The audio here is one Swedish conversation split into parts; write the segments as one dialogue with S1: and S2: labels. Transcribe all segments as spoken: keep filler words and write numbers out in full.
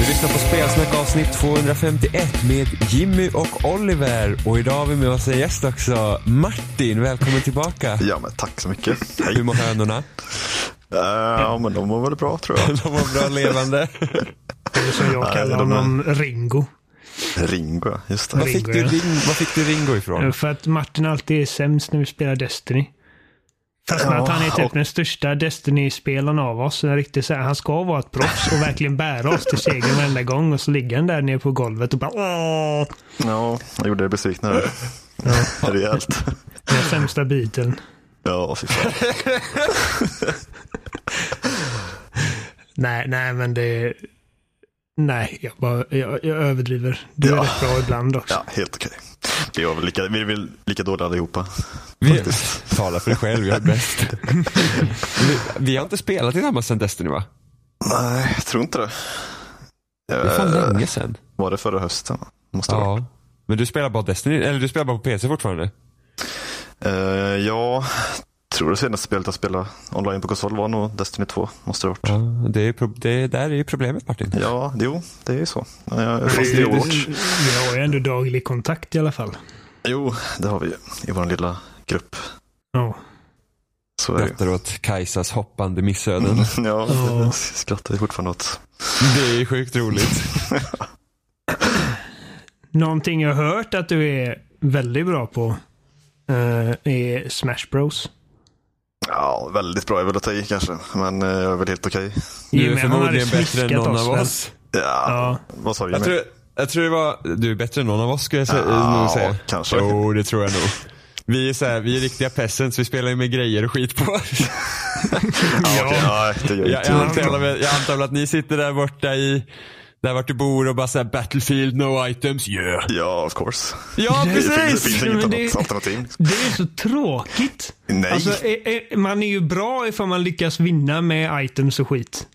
S1: Du lyssnar på Spelsnack avsnitt tvåhundrafemtioett med Jimmy och Oliver. Och idag har vi med oss en gäst också, Martin. Välkommen tillbaka.
S2: Ja, men tack så mycket. Hej.
S1: Hur mår hönorna?
S2: Uh, ja, men de var väl bra, tror jag.
S1: De var bra levande.
S3: Eller som jag kallar honom, Ringo.
S2: Ringo, ja, just det.
S1: Vad fick,
S3: Ringo,
S1: du,
S3: ja.
S1: ring, vad fick du Ringo ifrån?
S3: För att Martin alltid är sämst när vi spelar Destiny. Fast
S2: Ja,
S3: att han är typ
S2: och-
S3: den största Destiny-spelaren av oss. En riktigt så här, han ska vara ett proffs och verkligen bära oss till seger varenda gång. Och så ligger han där nere på golvet och bara åh!
S2: Ja, jag gjorde det besvikna där. Ja. Rejält.
S3: Den sämsta biten.
S2: Ja, fy fan.
S3: Nej, nej men det... Nej, jag, bara, jag, jag överdriver. Du är
S2: Ja.
S3: rätt bra ibland också.
S2: Ja, helt okej. Vi är väl lika, vi är väl lika dåliga allihopa.
S1: Vi talar för dig själv, jag är bäst. vi, vi har inte spelat tillsammans sedan Destiny, va?
S2: Nej, jag tror inte det.
S1: Det är fan
S2: Eh,
S1: länge sedan.
S2: Var det förra hösten? Måste det vara.
S1: Ja. Men du spelar bara Destiny, eller du spelar bara på P C fortfarande?
S2: Eh, ja, tror det senaste spelet jag spelade online på konsol var nog Destiny två. Måste det ha varit.
S1: Ja, det är, pro- det, där är ju problemet, Martin.
S2: Ja, jo, det är ju så. Ja, jag,
S3: Vi,
S2: fast det är Overwatch.
S3: vi har ju ändå daglig kontakt i alla fall.
S2: Jo, det har vi ju i vår lilla grupp.
S3: Ja.
S2: Så är det ju.
S1: Skrattar åt Kajsas hoppande missöden.
S2: Ja,
S3: Ja.
S2: jag skrattar fortfarande åt.
S1: Det är sjukt roligt.
S3: Någonting jag har hört att du är väldigt bra på eh, är Smash Bros.
S2: Ja, väldigt bra är väl att ta i kanske. Men eh, jag är väl helt okej.
S1: Du
S3: Jimmy,
S1: är
S3: han hade
S1: förmodligen bättre än
S3: smiskat
S1: någon
S3: oss,
S1: av
S3: väl?
S1: oss.
S2: Ja,
S3: Ja.
S2: vad sa du?
S1: Jag
S2: Jimmy?
S1: tror, jag tror det var... Du är bättre än någon av oss, skulle jag säga.
S2: Ja,
S1: nog säga.
S2: kanske.
S1: Jo, det tror jag nog. Vi är, så här, vi är riktiga peasants, vi spelar ju med grejer och skit på.
S2: Ja, okej, ja, det gör
S1: Jag,
S2: inte
S1: jag, antar, väl- jag antar väl att ni sitter där borta i... Där vart du bor och bara såhär Battlefield, no items, yeah.
S2: Ja, of course.
S1: Ja,
S2: Det finns, det
S1: precis!
S2: finns
S3: Men
S2: inget
S3: det-
S2: annat alternativ.
S3: Det är så tråkigt.
S2: Nej.
S3: Alltså, är, är, man är ju bra ifall man lyckas vinna med items och skit.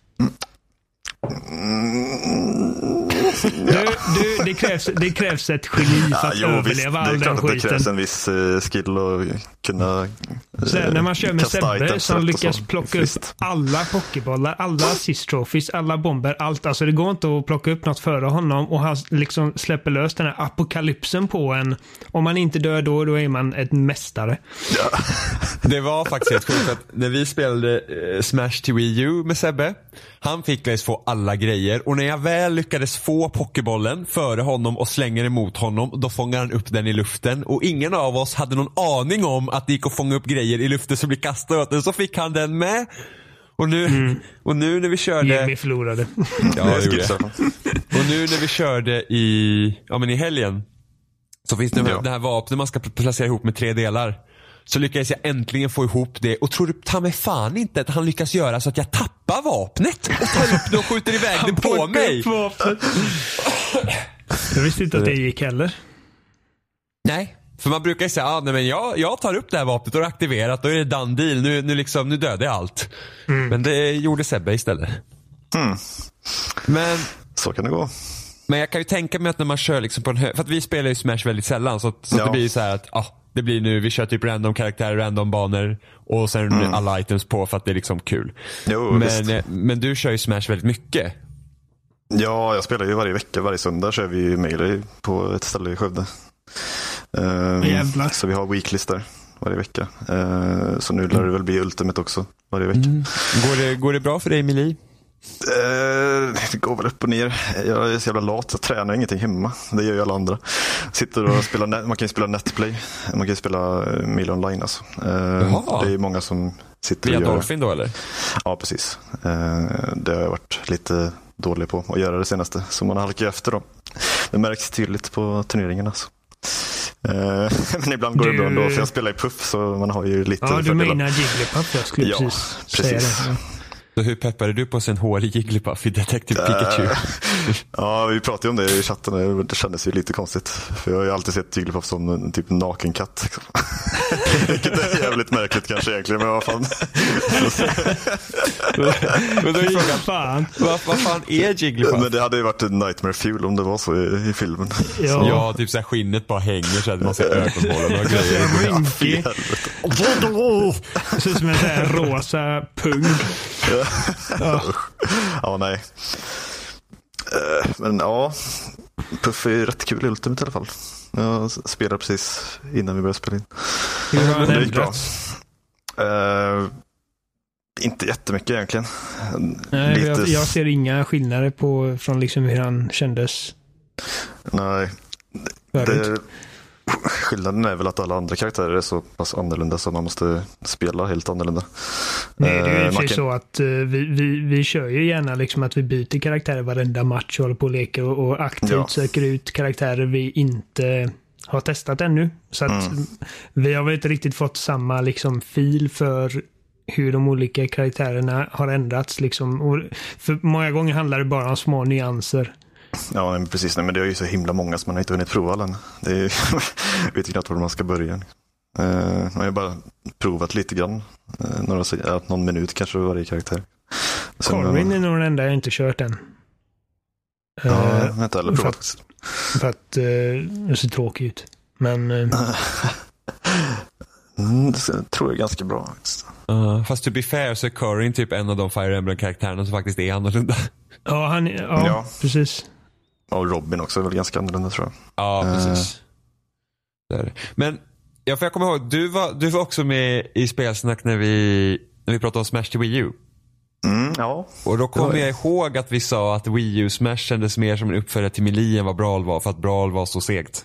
S3: Du, du, det, krävs, det krävs ett geni för
S2: Ja,
S3: att
S2: jo, visst, det
S3: överleva
S2: är
S3: all den
S2: klart att det
S3: skiten.
S2: krävs en viss eh, skill och kunna eh,
S3: Sen när man kör med
S2: kasta
S3: Sebbe
S2: items
S3: som
S2: rätt och
S3: lyckas
S2: så.
S3: plocka
S2: Visst.
S3: upp alla pokébollar, alla assist trophies, alla bomber, allt. Alltså det går inte att plocka upp något före honom och han liksom släpper lös den här apokalypsen på en. Om man inte dör då, då är man ett mästare.
S1: Det var faktiskt helt sjukt att när vi spelade eh, Smash till Wii U med Sebbe, han fick läs få alla grejer och när jag väl lyckades få pokébollen före honom och slänger emot honom, då fångar han upp den i luften och ingen av oss hade någon aning om att det gick att fånga upp grejer i luften som blir kastade åt den, så fick han den med. Och nu, mm. och nu när vi körde...
S3: Jimmy förlorade.
S1: Ja, det gjorde
S2: skipsar.
S1: jag. Och nu när vi körde i, ja, men i helgen, så finns det
S2: Ja.
S1: det här vapnet man ska placera ihop med tre delar. Så lyckades jag äntligen få ihop det. Och tror du ta mig fan inte att han lyckas göra så att jag tappar vapnet och tar upp det och skjuter iväg det på mig?
S3: Jag visste inte att det gick heller.
S1: Nej, för man brukar ju säga ah, nej, men jag, jag tar upp det här vapnet och det är aktiverat. Då är det done deal. Nu, nu, liksom, nu dödar jag allt. Mm. Men det gjorde Sebbe istället.
S2: Mm.
S1: Men...
S2: Så kan det gå.
S1: Men jag kan ju tänka mig att när man kör liksom på en hö- för att vi spelar ju Smash väldigt sällan, så, att, så
S2: Ja.
S1: att det blir ju så här att ah, det blir nu, vi kör typ random karaktärer, random banor och sen
S2: Mm.
S1: alla items på för att det är liksom kul.
S2: Jo, visst.
S1: men, eh, men du kör ju Smash väldigt mycket.
S2: Ja, jag spelar ju varje vecka, varje söndag kör vi Melee på ett ställe i Skövde. Um,
S3: Jävlar.
S2: så vi har weeklies där varje vecka. Uh, så nu lär det väl bli Ultimate också varje vecka.
S1: Mm. Går, det, går det bra för dig, Emily?
S2: Uh, det går väl upp och ner. Jag är så jävla lat, jag tränar ingenting hemma. Det gör ju alla andra. Sitter och spelar net- man kan ju spela netplay. Man kan ju spela uh, Melee online alltså. Uh,
S1: Jaha.
S2: det är ju många som sitter
S1: Via
S2: och gör.
S1: Dolphin då eller?
S2: Ja, precis. Uh, det har jag varit lite dålig på att göra det senaste. Så man halkar ju efter då. Det märks tydligt på turneringen alltså. Uh, men ibland går det
S3: Du-
S2: bra ändå, för jag spelar i puff så man har ju lite
S3: Ja, du
S2: fördelar.
S3: menar Jigglypuff. Jag skulle
S2: Ja,
S3: precis,
S2: precis.
S3: säga det.
S1: Så hur peppade du på sin hårig Jigglypuff i Detective Pikachu?
S2: Uh, ja, vi pratade ju om det i chatten. Det kändes ju lite konstigt. För jag har ju alltid sett Jigglypuff som en typ nakenkatt. Liksom. Vilket är jävligt märkligt kanske egentligen, men vad fan.
S1: Men då är frågan,
S3: Fan.
S1: vad, vad fan är Jigglypuff?
S2: Men det hade ju varit en nightmare fuel om det var så i, i filmen.
S3: Ja.
S1: Ja, typ såhär skinnet bara hänger så att man ser ögonhålen och grejer.
S3: Rynky. Det ser ut som en sån här rosa pung.
S2: Ja, nej. Uh, men ja, Puff är rett kul i Ultimate i alla fall. Jag spelade precis innan vi började spela in.
S3: Hur har
S2: det
S3: han
S2: gick bra.
S3: ändrats?
S2: Uh, inte jättemycket egentligen.
S3: Nej,
S2: Lite...
S3: jag, jag ser inga skillnader på, från liksom hur han kändes.
S2: Nej. Det, skillnaden är väl att alla andra karaktärer är så pass annorlunda så man måste spela helt annorlunda.
S3: Nej, det är ju
S2: uh,
S3: kan...
S2: kan...
S3: så att uh, vi, vi, vi kör ju gärna liksom att vi byter karaktärer varenda match och håller på och leker och, och aktivt ja. söker ut karaktärer vi inte har testat ännu. Så att mm. vi har väl inte riktigt fått samma liksom fil för hur de olika karaktärerna har ändrats liksom. Och för många gånger handlar det bara om små nyanser.
S2: Ja, men precis. Nej, men det är ju så himla många som man inte hunnit prova än. Det är, jag vet knappt var man ska börja. Uh, man har bara provat lite grann. Uh, några, uh, någon minut kanske varje karaktär.
S3: Corrin är nog den enda jag inte kört än.
S2: Ja, uh, jag har inte heller provat.
S3: För att, för att uh, det ser tråkigt ut. Men... Uh,
S2: mm, det tror jag är ganska bra.
S1: Uh, fast to be fair så är Corrin typ en av de Fire Emblem-karaktärerna som faktiskt är annorlunda.
S3: Ja, han, ja, ja, precis.
S2: Och Robin också är väl ganska annorlunda tror jag.
S1: Ja, precis. Uh. Men ja, för jag kommer ihåg, du var, du var också med i spelsnack när vi, när vi pratade om Smash till Wii U.
S2: Mm, ja.
S1: Och då kommer jag ihåg att vi sa att Wii U Smash kändes mer som en uppföljare till Melee än vad Brawl var, för att Brawl var så segt.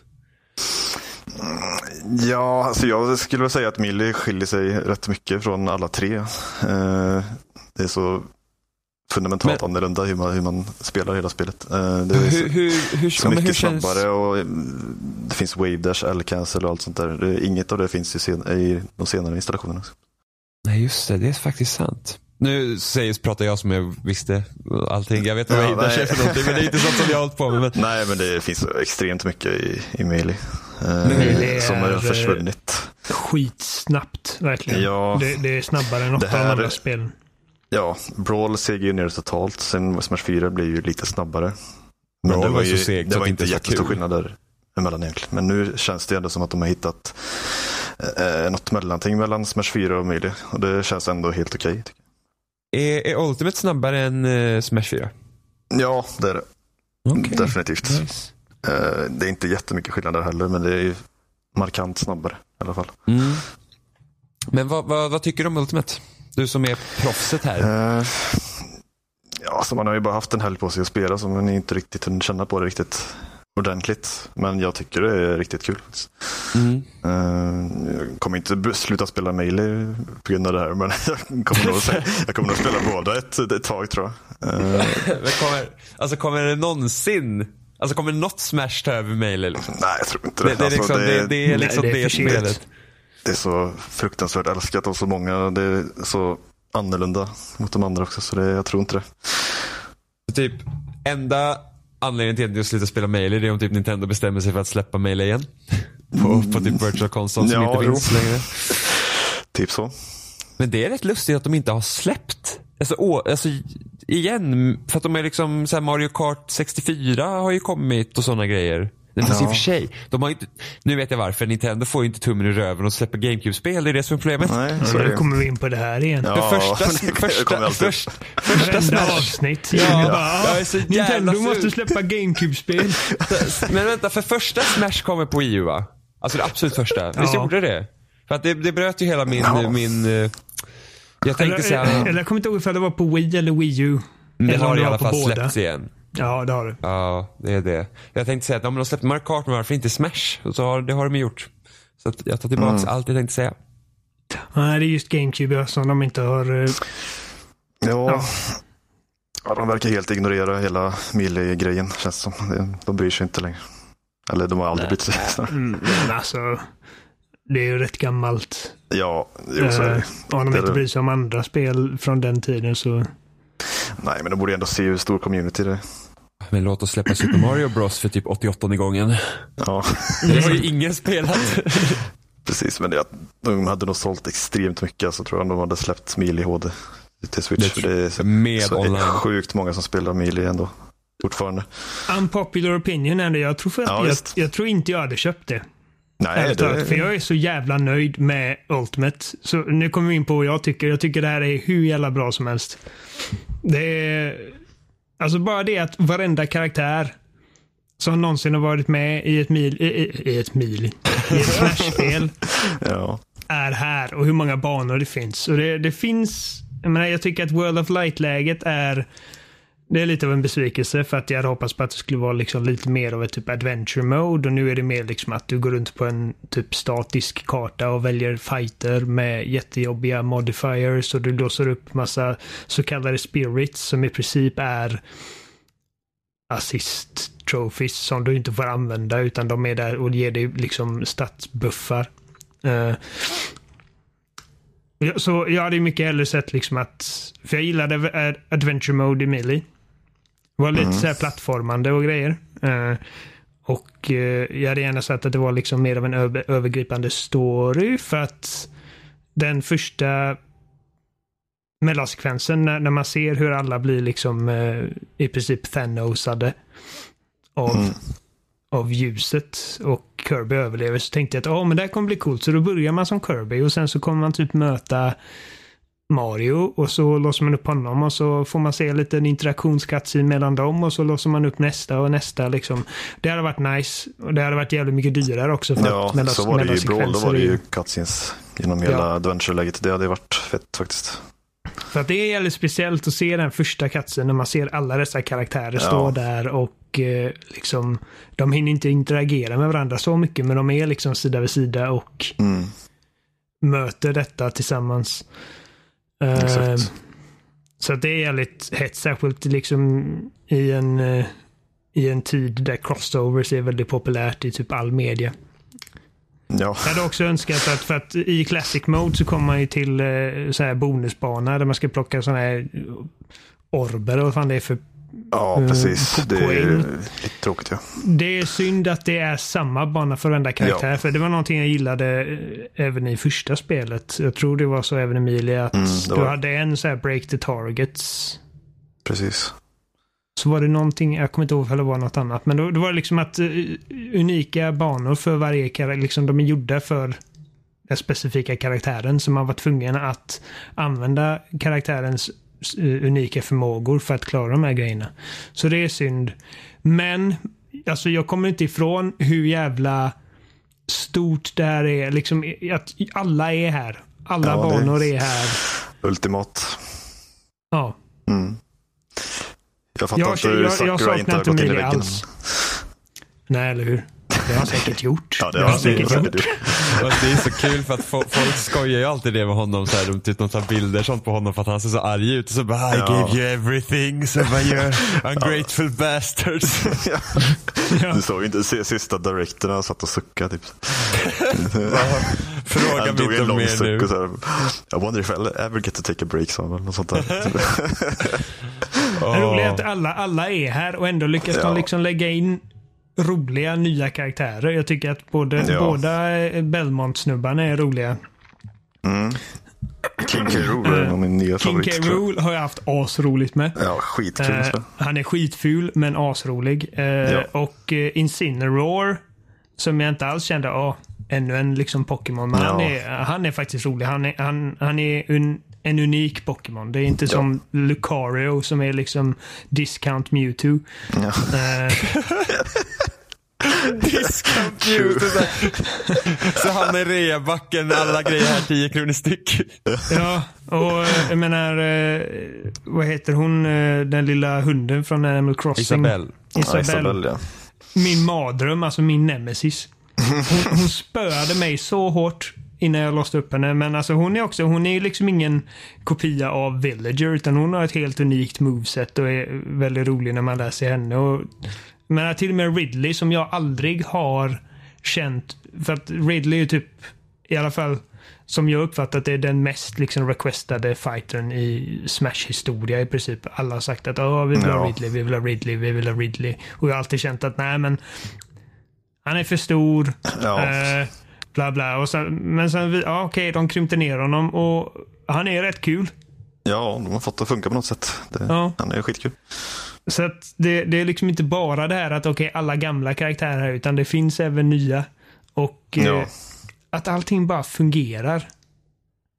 S2: Ja, alltså jag skulle väl säga att Melee skiljer sig rätt mycket från alla tre. Uh, det är så fundamentalt men, annorlunda hur man, hur man spelar hela spelet. Uh, det är
S1: hur,
S2: så,
S1: hur, hur,
S2: så mycket
S1: hur
S2: snabbare
S1: känns...
S2: och det finns wave dash, L-cancel och allt sånt där. Det, inget av det finns i, sen, i de senare installationerna.
S1: Nej, just det. Det är faktiskt sant. Nu säger, pratar jag som jag visste allting. Jag vet vad
S2: ja,
S1: wave dash är för någonting, men det är inte sånt som jag har hållit på med. Men...
S2: Nej, men det finns extremt mycket i, i Melee. Uh,
S3: Melee
S2: som har försvunnit.
S3: Skitsnabbt, verkligen.
S2: Ja,
S3: det, det är snabbare än åtta av de andra spelen.
S2: Ja, Brawl seger ju ner totalt. Sen Smash fyra blir ju lite snabbare. Men
S1: Brawl
S2: det var,
S1: var
S2: ju,
S1: så segt,
S2: det var inte
S1: inte
S2: jättestor skillnad där emellan egentligen. Men nu känns det ändå som att de har hittat eh, något mellanting mellan Smash fyra och Melee. Och det känns ändå helt okej. Okay,
S1: är, är Ultimate snabbare än uh, Smash fyra?
S2: Ja, det är det.
S1: Okay.
S2: Definitivt.
S1: Nice.
S2: Eh, det är inte jättemycket skillnad där heller, men det är ju markant snabbare i alla fall.
S1: Mm. Men vad, vad, vad tycker du om Ultimate? Du som är proffset här.
S2: Uh, ja, så man har ju bara haft en helg på sig att spela så man inte riktigt hunnit känna på det riktigt ordentligt. Men jag tycker det är riktigt kul. Mm. Uh, jag kommer inte sluta spela Melee på grund av det här, men jag kommer nog, jag kommer nog spela båda ett, ett tag tror jag. Uh,
S1: kommer, alltså kommer det någonsin... Alltså kommer något Smash ta över Melee? Liksom?
S2: Nej, jag tror inte det.
S1: Det, det, är, liksom,
S2: alltså, det,
S1: det, det är liksom
S3: nej, det, är
S1: det spelet.
S2: Det är så fruktansvärt älskat av så många. Det är så annorlunda mot de andra också, så det, jag tror inte det.
S1: Typ, enda anledningen till att jag slutar spela Melee det är om typ Nintendo bestämmer sig för att släppa Melee igen. På, på typ Virtual Console som
S2: ja,
S1: inte finns
S2: jo.
S1: längre.
S2: Typ så.
S1: Men det är rätt lustigt att de inte har släppt. Alltså, å, alltså igen, för att de är liksom så här Mario Kart sextiofyra har ju kommit och sådana grejer. Men fast ja. I och för sig, de har inte, nu vet jag varför, Nintendo får ju inte tummen i röven och släpper GameCube-spel, det är det som är problemet.
S2: Nej,
S3: så nu kommer vi in på det här igen.
S2: Ja,
S1: för första, första, första, första Smash
S3: avsnitt.
S1: Ja,
S3: bara,
S1: ja,
S3: Nintendo måste släppa GameCube-spel.
S1: Men vänta, för första Smash kommer på Wii U, va? Alltså det absolut första. Visst
S3: ja.
S1: gjorde det? För att det, det bröt ju hela min...
S2: Ja.
S1: min jag tänkte
S3: eller,
S1: säga...
S3: Eller jag kommer inte ihåg ifall det var på Wii eller Wii U.
S1: Det har
S3: det
S1: i alla fall släppts igen.
S3: Ja, det har det.
S1: Ja, det är det. Jag tänkte säga att om de släppte Mario Kart, men varför inte Smash? Och så har, det har de gjort. Så att jag tar tillbaka mm. allt jag tänkte säga.
S3: Nej, det är just GameCube som de inte har... Uh...
S2: Ja. ja. Ja, de verkar helt ignorera hela Melee-grejen, känns som. De bryr sig inte längre. Eller de har aldrig brytt sig.
S3: Mm, men alltså, det är ju rätt gammalt.
S2: Ja, jo, så är det.
S3: Uh, om de
S2: det
S3: inte
S2: det.
S3: bryr sig om andra spel från den tiden så...
S2: Nej, men de borde ändå se hur stor community det är.
S1: Men låt oss släppa Super Mario Bros för typ åttioåttonde gången.
S2: Ja.
S1: Det har ju ingen spelat.
S2: Precis, men det, de hade nog sålt extremt mycket, så tror jag de hade släppt Melee H D till Switch. Det, för det är så,
S1: med
S2: så
S1: online.
S2: Sjukt många som spelar Melee ändå fortfarande.
S3: Unpopular opinion ändå. Jag tror, för att
S2: ja,
S3: jag, jag tror inte jag hade köpt det.
S2: Nej, det...
S3: För jag är så jävla nöjd med Ultimate. Så nu kommer vi in på vad jag tycker. Jag tycker det här är hur jävla bra som helst. Det är... alltså bara det att varenda karaktär som någonsin har varit med i ett mil i, i, i ett mil i ett Smash-spel
S2: ja.
S3: är här, och hur många banor det finns. Och det, det finns, jag menar, jag tycker att World of Light-läget är det är lite av en besvikelse, för att jag hade hoppats på att det skulle vara liksom lite mer av ett typ adventure mode, och nu är det mer liksom att du går runt på en typ statisk karta och väljer fighter med jättejobbiga modifiers, och du låser upp massa så kallade spirits som i princip är assist trophies som du inte får använda, utan de är där och ger dig liksom statsbuffar. Uh, så jag hade mycket hellre sett liksom att, för jag gillade adventure mode i Melee. Det var lite mm. så här plattformande och grejer. Uh, och uh, jag hade gärna sett att det var liksom mer av en över, övergripande story, för att den första mellansekvensen när, när man ser hur alla blir liksom uh, i princip Thanosade av, mm. av ljuset och Kirby överlever, så tänkte jag att oh, men det här kommer bli coolt, så då börjar man som Kirby och sen så kommer man typ möta Mario, och så låser man upp honom och så får man se lite en interaktionskatsin mellan dem, och så låser man upp nästa och nästa liksom. Det hade varit nice, och det hade varit jävligt mycket dyrare också, för
S2: ja,
S3: att mellan,
S2: så var det ju i Brawl, då var det ju cutscenes genom hela
S3: ja.
S2: adventure-läget. Det hade varit fett faktiskt.
S3: För att det är jävligt speciellt att se den första cutscenen när man ser alla dessa karaktärer ja. stå där, och eh, liksom de hinner inte interagera med varandra så mycket, men de är liksom sida vid sida och
S2: mm.
S3: möter detta tillsammans. Uh, så att det är jävligt hett, särskilt liksom i en uh, i en tid där crossovers är väldigt populärt i typ all media.
S2: Ja.
S3: Jag hade också önskat att, för att i classic mode så kommer man ju till uh, så här bonusbana där man ska plocka såna här orber och vad fan det är för
S2: ja, precis. Uh, det är lite tråkigt, ja. Det
S3: är synd att det är samma bana för varenda karaktär, ja. För det var någonting jag gillade äh, även i första spelet. Jag tror det var så även Emilia, att mm, du var... hade en så här break the targets.
S2: Precis.
S3: Så var det någonting, jag kommer inte ihåg om det var något annat, men då, då var det liksom att uh, unika banor för varje karaktär, liksom de är gjorda för den specifika karaktären, så man var tvungen att använda karaktärens unika förmågor för att klara de här grejerna. Så det är synd. Men alltså jag kommer inte ifrån hur jävla stort det här är. Liksom att alla är här. Alla ja, banor är här.
S2: Ultimat.
S3: Ja.
S2: Mm. Jag fattar
S3: jag,
S2: inte
S3: hur
S2: Sakura inte har gått in i väggen.
S3: Alls. Nej, eller hur? Det har han säkert gjort.
S2: Ja, det har han säkert gjort. gjort.
S1: Det är så kul för att folk skojar ju alltid det med honom så här, de, typ, de tar bilder sånt på honom för att han ser så arg ut och så bara I ja. gave you everything, så bara you're ungrateful ja. bastards.
S2: Ja. Ja. Du såg ju inte sista directorna och satt och suckade typ.
S1: Fråga mig inte mer nu.
S2: Så här, I wonder if I'll ever get to take a break, så något sånt där.
S3: Det roliga är att alla, alla är här och ändå lyckas ja. de liksom lägga in roliga nya karaktärer. Jag tycker att både, ja. båda Belmont-snubbarna är roliga.
S2: Mm. King K. Rool är min nya favorit.
S3: King K. Rool har jag haft asroligt med.
S2: Ja, skitkul.
S3: Uh, han är skitful men asrolig. Uh, ja. Och uh, Incineroar, som jag inte alls kände, oh, ännu en liksom Pokémon. Men ja. han, är, han är faktiskt rolig. Han är, han, han är un, en unik Pokémon. Det är inte ja. som Lucario som är liksom Discount Mewtwo.
S2: Ja.
S3: Uh,
S1: Discount Mewtwo. Så han är reabacken, alla grejer här tio kronor styck.
S3: Ja, och jag menar, vad heter hon, den lilla hunden från Animal Crossing?
S1: Isabelle.
S3: Isabelle,
S2: ja, Isabelle ja.
S3: Min mardröm, alltså min nemesis. Hon, hon spöade mig så hårt innan jag låste upp henne, men alltså hon är också, hon är liksom ingen kopia av Villager, utan hon har ett helt unikt moveset och är väldigt rolig när man läser henne. Och men till och med Ridley, som jag aldrig har känt, för att Ridley är typ, i alla fall som jag uppfattat, det är den mest liksom requestade fightern i Smash-historia i princip. Alla har sagt att oh, vi vill ha Ridley, vi vill ha Ridley, vi vill ha Ridley. Och jag har alltid känt att nej, men han är för stor.
S2: Ja.
S3: Eh, bla bla. Och sen, men sen, ja okej, okay, de krympte ner honom och han är rätt kul.
S2: Ja, de har fått det att funka på något sätt. Det,
S3: ja.
S2: Han är skitkul.
S3: Så att det, det är liksom inte bara det här att okej, okay, alla gamla karaktärer här, utan det finns även nya. Och
S2: ja.
S3: eh, att allting bara fungerar.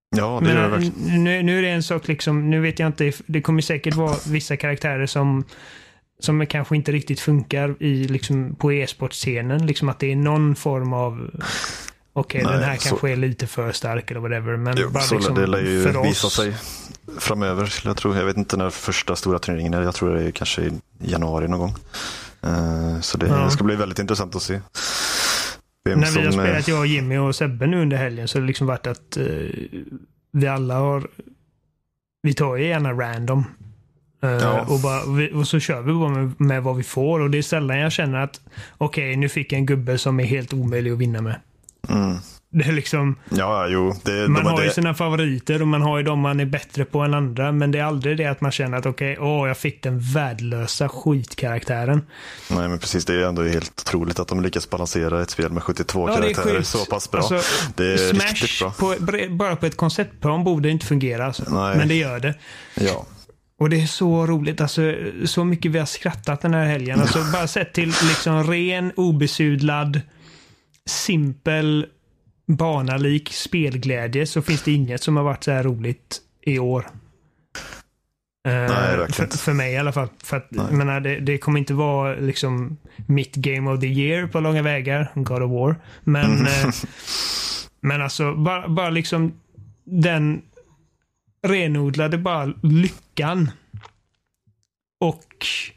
S2: Ja, det
S3: Men,
S2: gör det verkligen.
S3: nu, nu är det en sak liksom, nu vet jag inte, det kommer säkert vara vissa karaktärer som som kanske inte riktigt funkar i liksom på e-sportscenen, liksom att det är någon form av okej, okay, den här så, kanske är lite för stark eller whatever, men
S2: jo,
S3: bara
S2: så
S3: liksom
S2: det lär ju
S3: för
S2: visa
S3: oss.
S2: sig framöver. Jag tror, jag vet inte när första stora turneringen är. Jag tror det är kanske i januari någon gång. Uh, så det ja. ska bli väldigt intressant att se. Vem
S3: när
S2: som,
S3: vi har spelat, jag, Jimmy och Sebbe nu under helgen, så har det liksom varit att uh, vi alla har vi tar ju gärna random uh, ja. och, bara, vi, och så kör vi bara med, med vad vi får, och det är sällan jag känner att okej, okay, nu fick jag en gubbe som är helt omöjlig att vinna med.
S2: Mm.
S3: Det är liksom,
S2: ja, jo, det,
S3: man
S2: de
S3: har
S2: det.
S3: ju sina favoriter och man har ju de man är bättre på än andra, men det är aldrig det att man känner att okej, okay, åh, jag fick den värdelösa skitkaraktären.
S2: Nej, men precis, det är ändå helt otroligt att de lyckas balansera ett spel med sjuttiotvå ja, karaktärer så pass bra. Alltså, det är
S3: Smash
S2: riktigt bra.
S3: På, bara på ett konceptplan borde inte fungera, alltså. Men det gör det.
S2: Ja.
S3: Och det är så roligt, alltså, så mycket vi har skrattat den här helgen. Alltså, bara sett till liksom ren, obesudlad, simpel, banalik spelglädje, så finns det inget som har varit så här roligt i år.
S2: Nej,
S3: uh, för, för mig i alla fall. För att, menar, det, det kommer inte vara liksom mitt game of the year på långa vägar, God of War. Men, mm. uh, men alltså, bara, bara liksom den renodlade bara lyckan. Och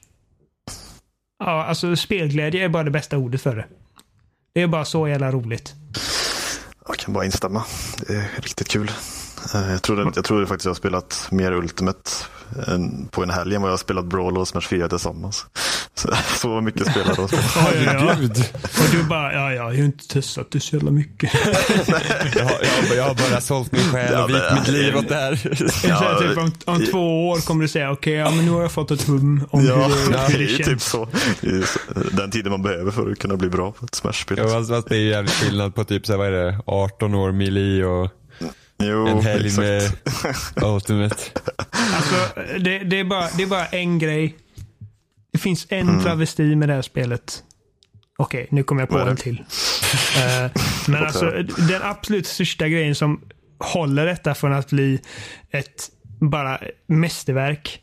S3: ja, alltså spelglädje är bara det bästa ordet för det. Det är bara så jävla roligt.
S2: Jag kan bara instämma. Det är riktigt kul. Jag tror, jag tror faktiskt jag har spelat mer Ultimate på en helg än vad jag har spelat Brawl och Smash fyra tillsammans. Så, så mycket spelar då.
S3: Herregud. Och du bara, ja, ja, jag har ju inte testat det så jävla mycket.
S1: jag, har, jag, har, jag har bara sålt min själ och vikt mitt liv åt det här.
S3: Ja, typ, om, om två år kommer du säga, okej, okay, ja, men nu har jag fått ett hum om
S2: ja,
S3: hur,
S2: ja,
S3: hur
S2: det,
S3: det
S2: är typ så. Den tiden man behöver för att kunna bli bra på ett Smash-spel.
S1: Ja, alltså, det är jävligt skillnad på typ så här, vad är det, arton år melee och
S2: jo,
S1: en helg
S2: exakt.
S1: med Ultimate.
S3: Alltså, det, det, är bara, det är bara en grej. Det finns en mm. travesti med det här spelet. Okej, okay, nu kommer jag på en till. uh, men alltså, den absolut största grejen som håller detta från att bli ett bara mästerverk,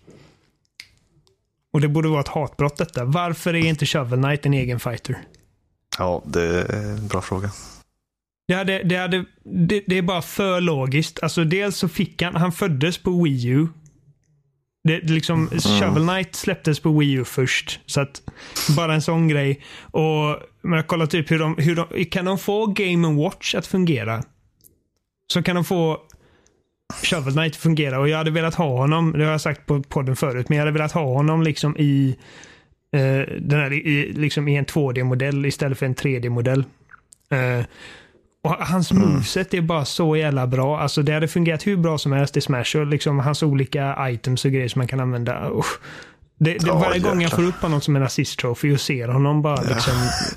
S3: och det borde vara ett hatbrott detta. Varför är inte Shovel Knight en egen fighter?
S2: Ja, det är en bra fråga.
S3: Det, hade, det, hade, det, det är bara för logiskt. Alltså dels så fick han, han föddes på Wii U. Det, det liksom, mm. Shovel Knight släpptes på Wii U först. Så att, bara en sån grej. Och men jag kollar typ hur de, hur de, kan de få Game and Watch att fungera? Så kan de få Shovel Knight att fungera. Och jag hade velat ha honom, det har jag sagt på podden förut, men jag hade velat ha honom liksom i, eh, den här, i, liksom i en två D-modell istället för en tre D-modell. Eh, Och hans moveset är bara så jävla bra. Alltså det hade fungerat hur bra som helst i Smash, och liksom hans olika items och grejer som man kan använda. Uh. Det, det,
S2: ja,
S3: varje gång jag får upp honom som en assist trophy och ser honom bara liksom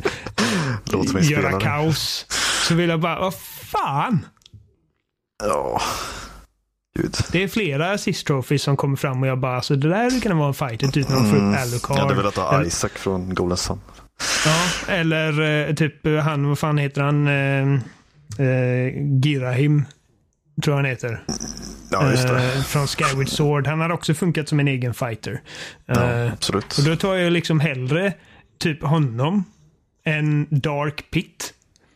S2: ja.
S3: göra kaos, så vill jag bara, vad fan?
S2: Ja. Gud.
S3: Det är flera assist trophies som kommer fram och jag bara, alltså det där kan vara en fight typ när de får upp Alucard.
S2: Ja, det vill att ha Isaac från Golden Sun.
S3: Ja, eller eh, typ han, vad fan heter han? Eh, eh, Girahim, tror han heter.
S2: Ja, just det.
S3: Eh, från Skyward Sword. Han har också funkat som en egen fighter.
S2: Ja,
S3: eh,
S2: absolut.
S3: Och då tar jag liksom hellre typ honom än Dark Pit.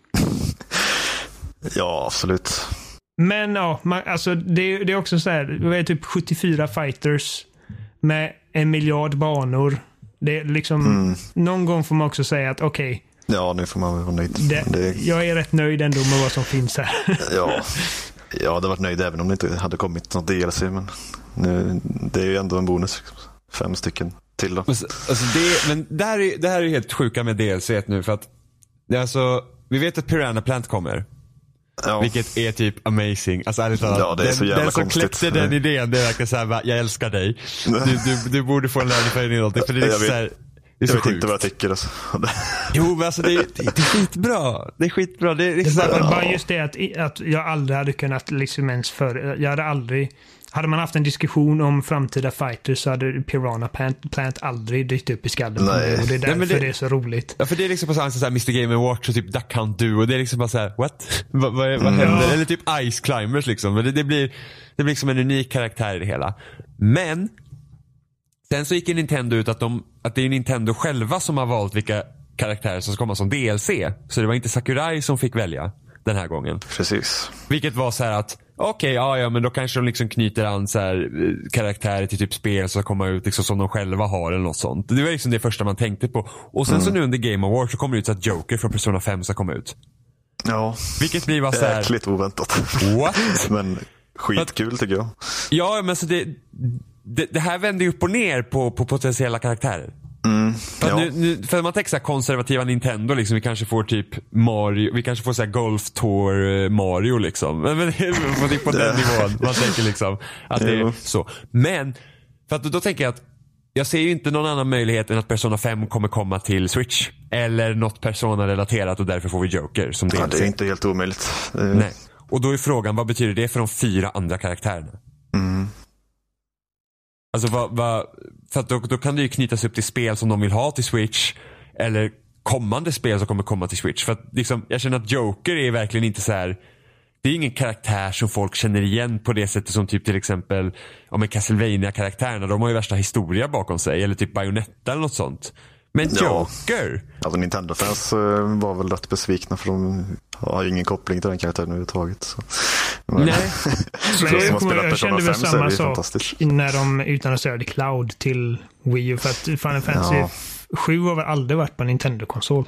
S2: Ja, absolut.
S3: Men ja, man, alltså det, det är också så här, det är typ sjuttiofyra fighters med en miljard banor. Det är liksom, mm. någon gång får man också säga att okej. Okay,
S2: ja, nu får man vara nöjd.
S3: Det, det... Jag är rätt nöjd ändå med vad som finns här.
S2: ja, jag hade varit nöjd även om det inte hade kommit något D L C, men nu, det är ju ändå en bonus. Fem stycken till då.
S1: Alltså, det, men det här, är, det här är helt sjuka med D L C nu, för att det är alltså, vi vet att Piranha Plant kommer. Ja. Vilket är typ amazing. Alltså ärligt talat,
S2: ja, det är så jävla
S1: den, den som
S2: konstigt.
S1: kläckte den idén, det är verkligen såhär, jag älskar dig. Du, du, du borde få en löneförhöjning eller någonting, för det är så här, det är så
S2: jag vet
S1: sjukt.
S2: inte vad jag tycker alltså.
S1: Jo, men alltså det, det, det är skitbra. Det är skitbra. Det är liksom
S3: det var
S1: bara,
S3: bara just det att, att jag aldrig hade kunnat liksom ens för, jag hade aldrig, hade man haft en diskussion om framtida fighters så hade Piranha Plant, Plant aldrig dykt upp i skallen.
S2: Nej.
S3: Och det är därför
S1: Nej, det,
S3: det är så roligt.
S1: Ja, för det är liksom på samma sätt så här mister Game and Watch och typ Duck Hunt Duo. Och det är liksom bara så här, what? vad, vad, vad händer?
S3: Ja.
S1: Eller typ Ice Climbers liksom. Det, det, blir, det blir liksom en unik karaktär i det hela. Men sen så gick Nintendo ut att, de, att det är Nintendo själva som har valt vilka karaktärer som ska komma som D L C. Så det var inte Sakurai som fick välja den här gången.
S2: Precis.
S1: Vilket var så här att okej, okay, ja, ja men då kanske de liksom knyter an så här, karaktärer till typ spel som kommer ut liksom som de själva har eller något sånt. Det var liksom det första man tänkte på. Och sen mm. så nu under Game Awards så kommer det ut så att Joker från Persona fem ska komma ut.
S2: Ja.
S1: Vilket blir bara så här
S2: jäkligt oväntat.
S1: What?
S2: Men skitkul tycker jag.
S1: Ja, men så det, det, det här vänder ju upp och ner på, på potentiella karaktärer.
S2: Mm,
S1: för,
S2: ja.
S1: nu, nu, för man tänker så här konservativa Nintendo liksom, vi kanske får typ Mario, vi kanske får så här Golf Tour Mario liksom. Men det är typ på den nivån man tänker liksom att det är så. Men för att då, då tänker jag att jag ser ju inte någon annan möjlighet än att Persona fem kommer komma till Switch eller något Persona-relaterat och därför får vi Joker som D L C.
S2: Ja, det är inte helt omöjligt. Är...
S1: Nej. Och då är frågan, vad betyder det för de fyra andra karaktärerna?
S2: Mm.
S1: Alltså vad, vad, för att då, då kan det ju knytas upp till spel som de vill ha till Switch eller kommande spel som kommer komma till Switch. För att liksom, jag känner att Joker är verkligen inte så här. Det är ingen karaktär som folk känner igen på det sättet som typ till exempel ja, men Castlevania-karaktärerna. De har ju värsta historia bakom sig. Eller typ Bayonetta eller något sånt. Men Joker?
S2: Ja, alltså Nintendo-fans var väl rätt besvikna för de har ju ingen koppling till den karaktären överhuvudtaget. Så. Men,
S1: Nej.
S2: så
S3: jag,
S2: som
S3: jag, jag kände väl samma sak när de utannonserade Cloud till Wii U. För att Final Fantasy ja. sju har väl aldrig varit på Nintendo-konsol.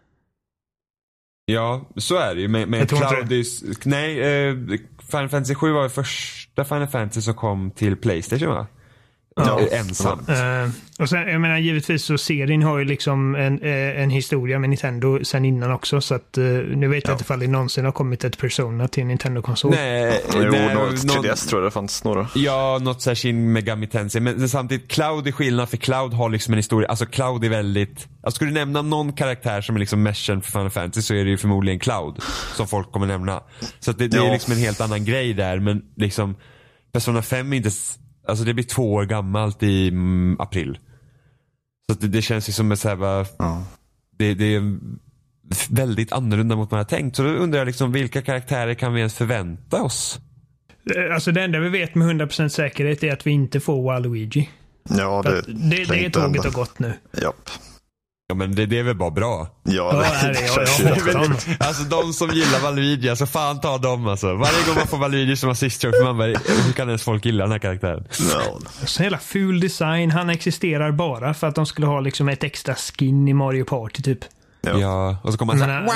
S1: Ja, så är det ju. Med, med Cloud is, nej, eh, Final Fantasy sju var det första Final Fantasy som kom till PlayStation, va? Ja, ensamt.
S3: Uh, och sen, jag menar, givetvis så serien har ju liksom en, en historia med Nintendo sen innan också, så att uh, nu vet jag ja. inte ifall det någonsin har kommit ett Persona till Nintendo-konsol.
S1: Nej,
S2: ja, jo,
S1: nej
S2: något tre D S tror jag det fanns några.
S1: Ja, något såhär Shin Megami Tensei, men samtidigt Cloud är skillnad för Cloud har liksom en historia, alltså Cloud är väldigt, alltså skulle du nämna någon karaktär som är liksom mest känd för Final Fantasy så är det ju förmodligen Cloud som folk kommer nämna. Så att det, det ja. är liksom en helt annan grej där, men liksom Persona fem är inte. Alltså det blir två år gammalt i mm, april. Så det, det känns ju som ett så här, va,
S2: ja.
S1: det, det är väldigt annorlunda mot vad man har tänkt. Så då undrar jag liksom, vilka karaktärer kan vi ens förvänta oss?
S3: Alltså det enda vi vet med hundra procent säkerhet är att vi inte får Waluigi.
S2: Ja, det,
S3: det, det är tåget har gått nu.
S2: Japp.
S1: Ja, men det, det är väl bara bra.
S2: Ja, det,
S3: ja, det är jag, jag
S1: men, alltså de som gillar Valuigi, alltså fan ta dem alltså. Varje gång man får Valuigi som assist trophy, man bara, hur kan ens folk gilla den här karaktären?
S2: No.
S3: Så hela ful design, han existerar bara för att de skulle ha liksom ett extra skin i Mario Party typ.
S1: Ja, ja och så kommer man såhär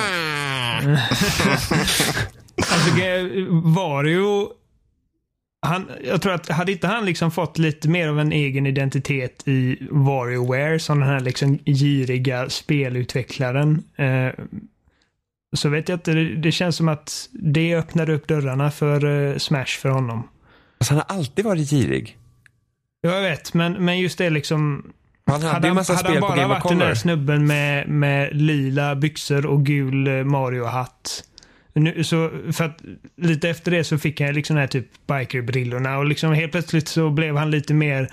S3: alltså Wario, han, jag tror att hade inte han liksom fått lite mer av en egen identitet i WarioWare som den här liksom giriga spelutvecklaren, eh, så vet jag att det, det känns som att det öppnar upp dörrarna för eh, Smash för honom.
S1: Alltså han har alltid varit girig.
S3: Jag vet, men, men just det liksom
S1: han hade, hade,
S3: han, hade han bara varit den där snubben med, med lila byxor och gul Mario-hatt. Nu, så för att lite efter det så fick han liksom den här typ bikerbrillorna och liksom helt plötsligt så blev han lite mer,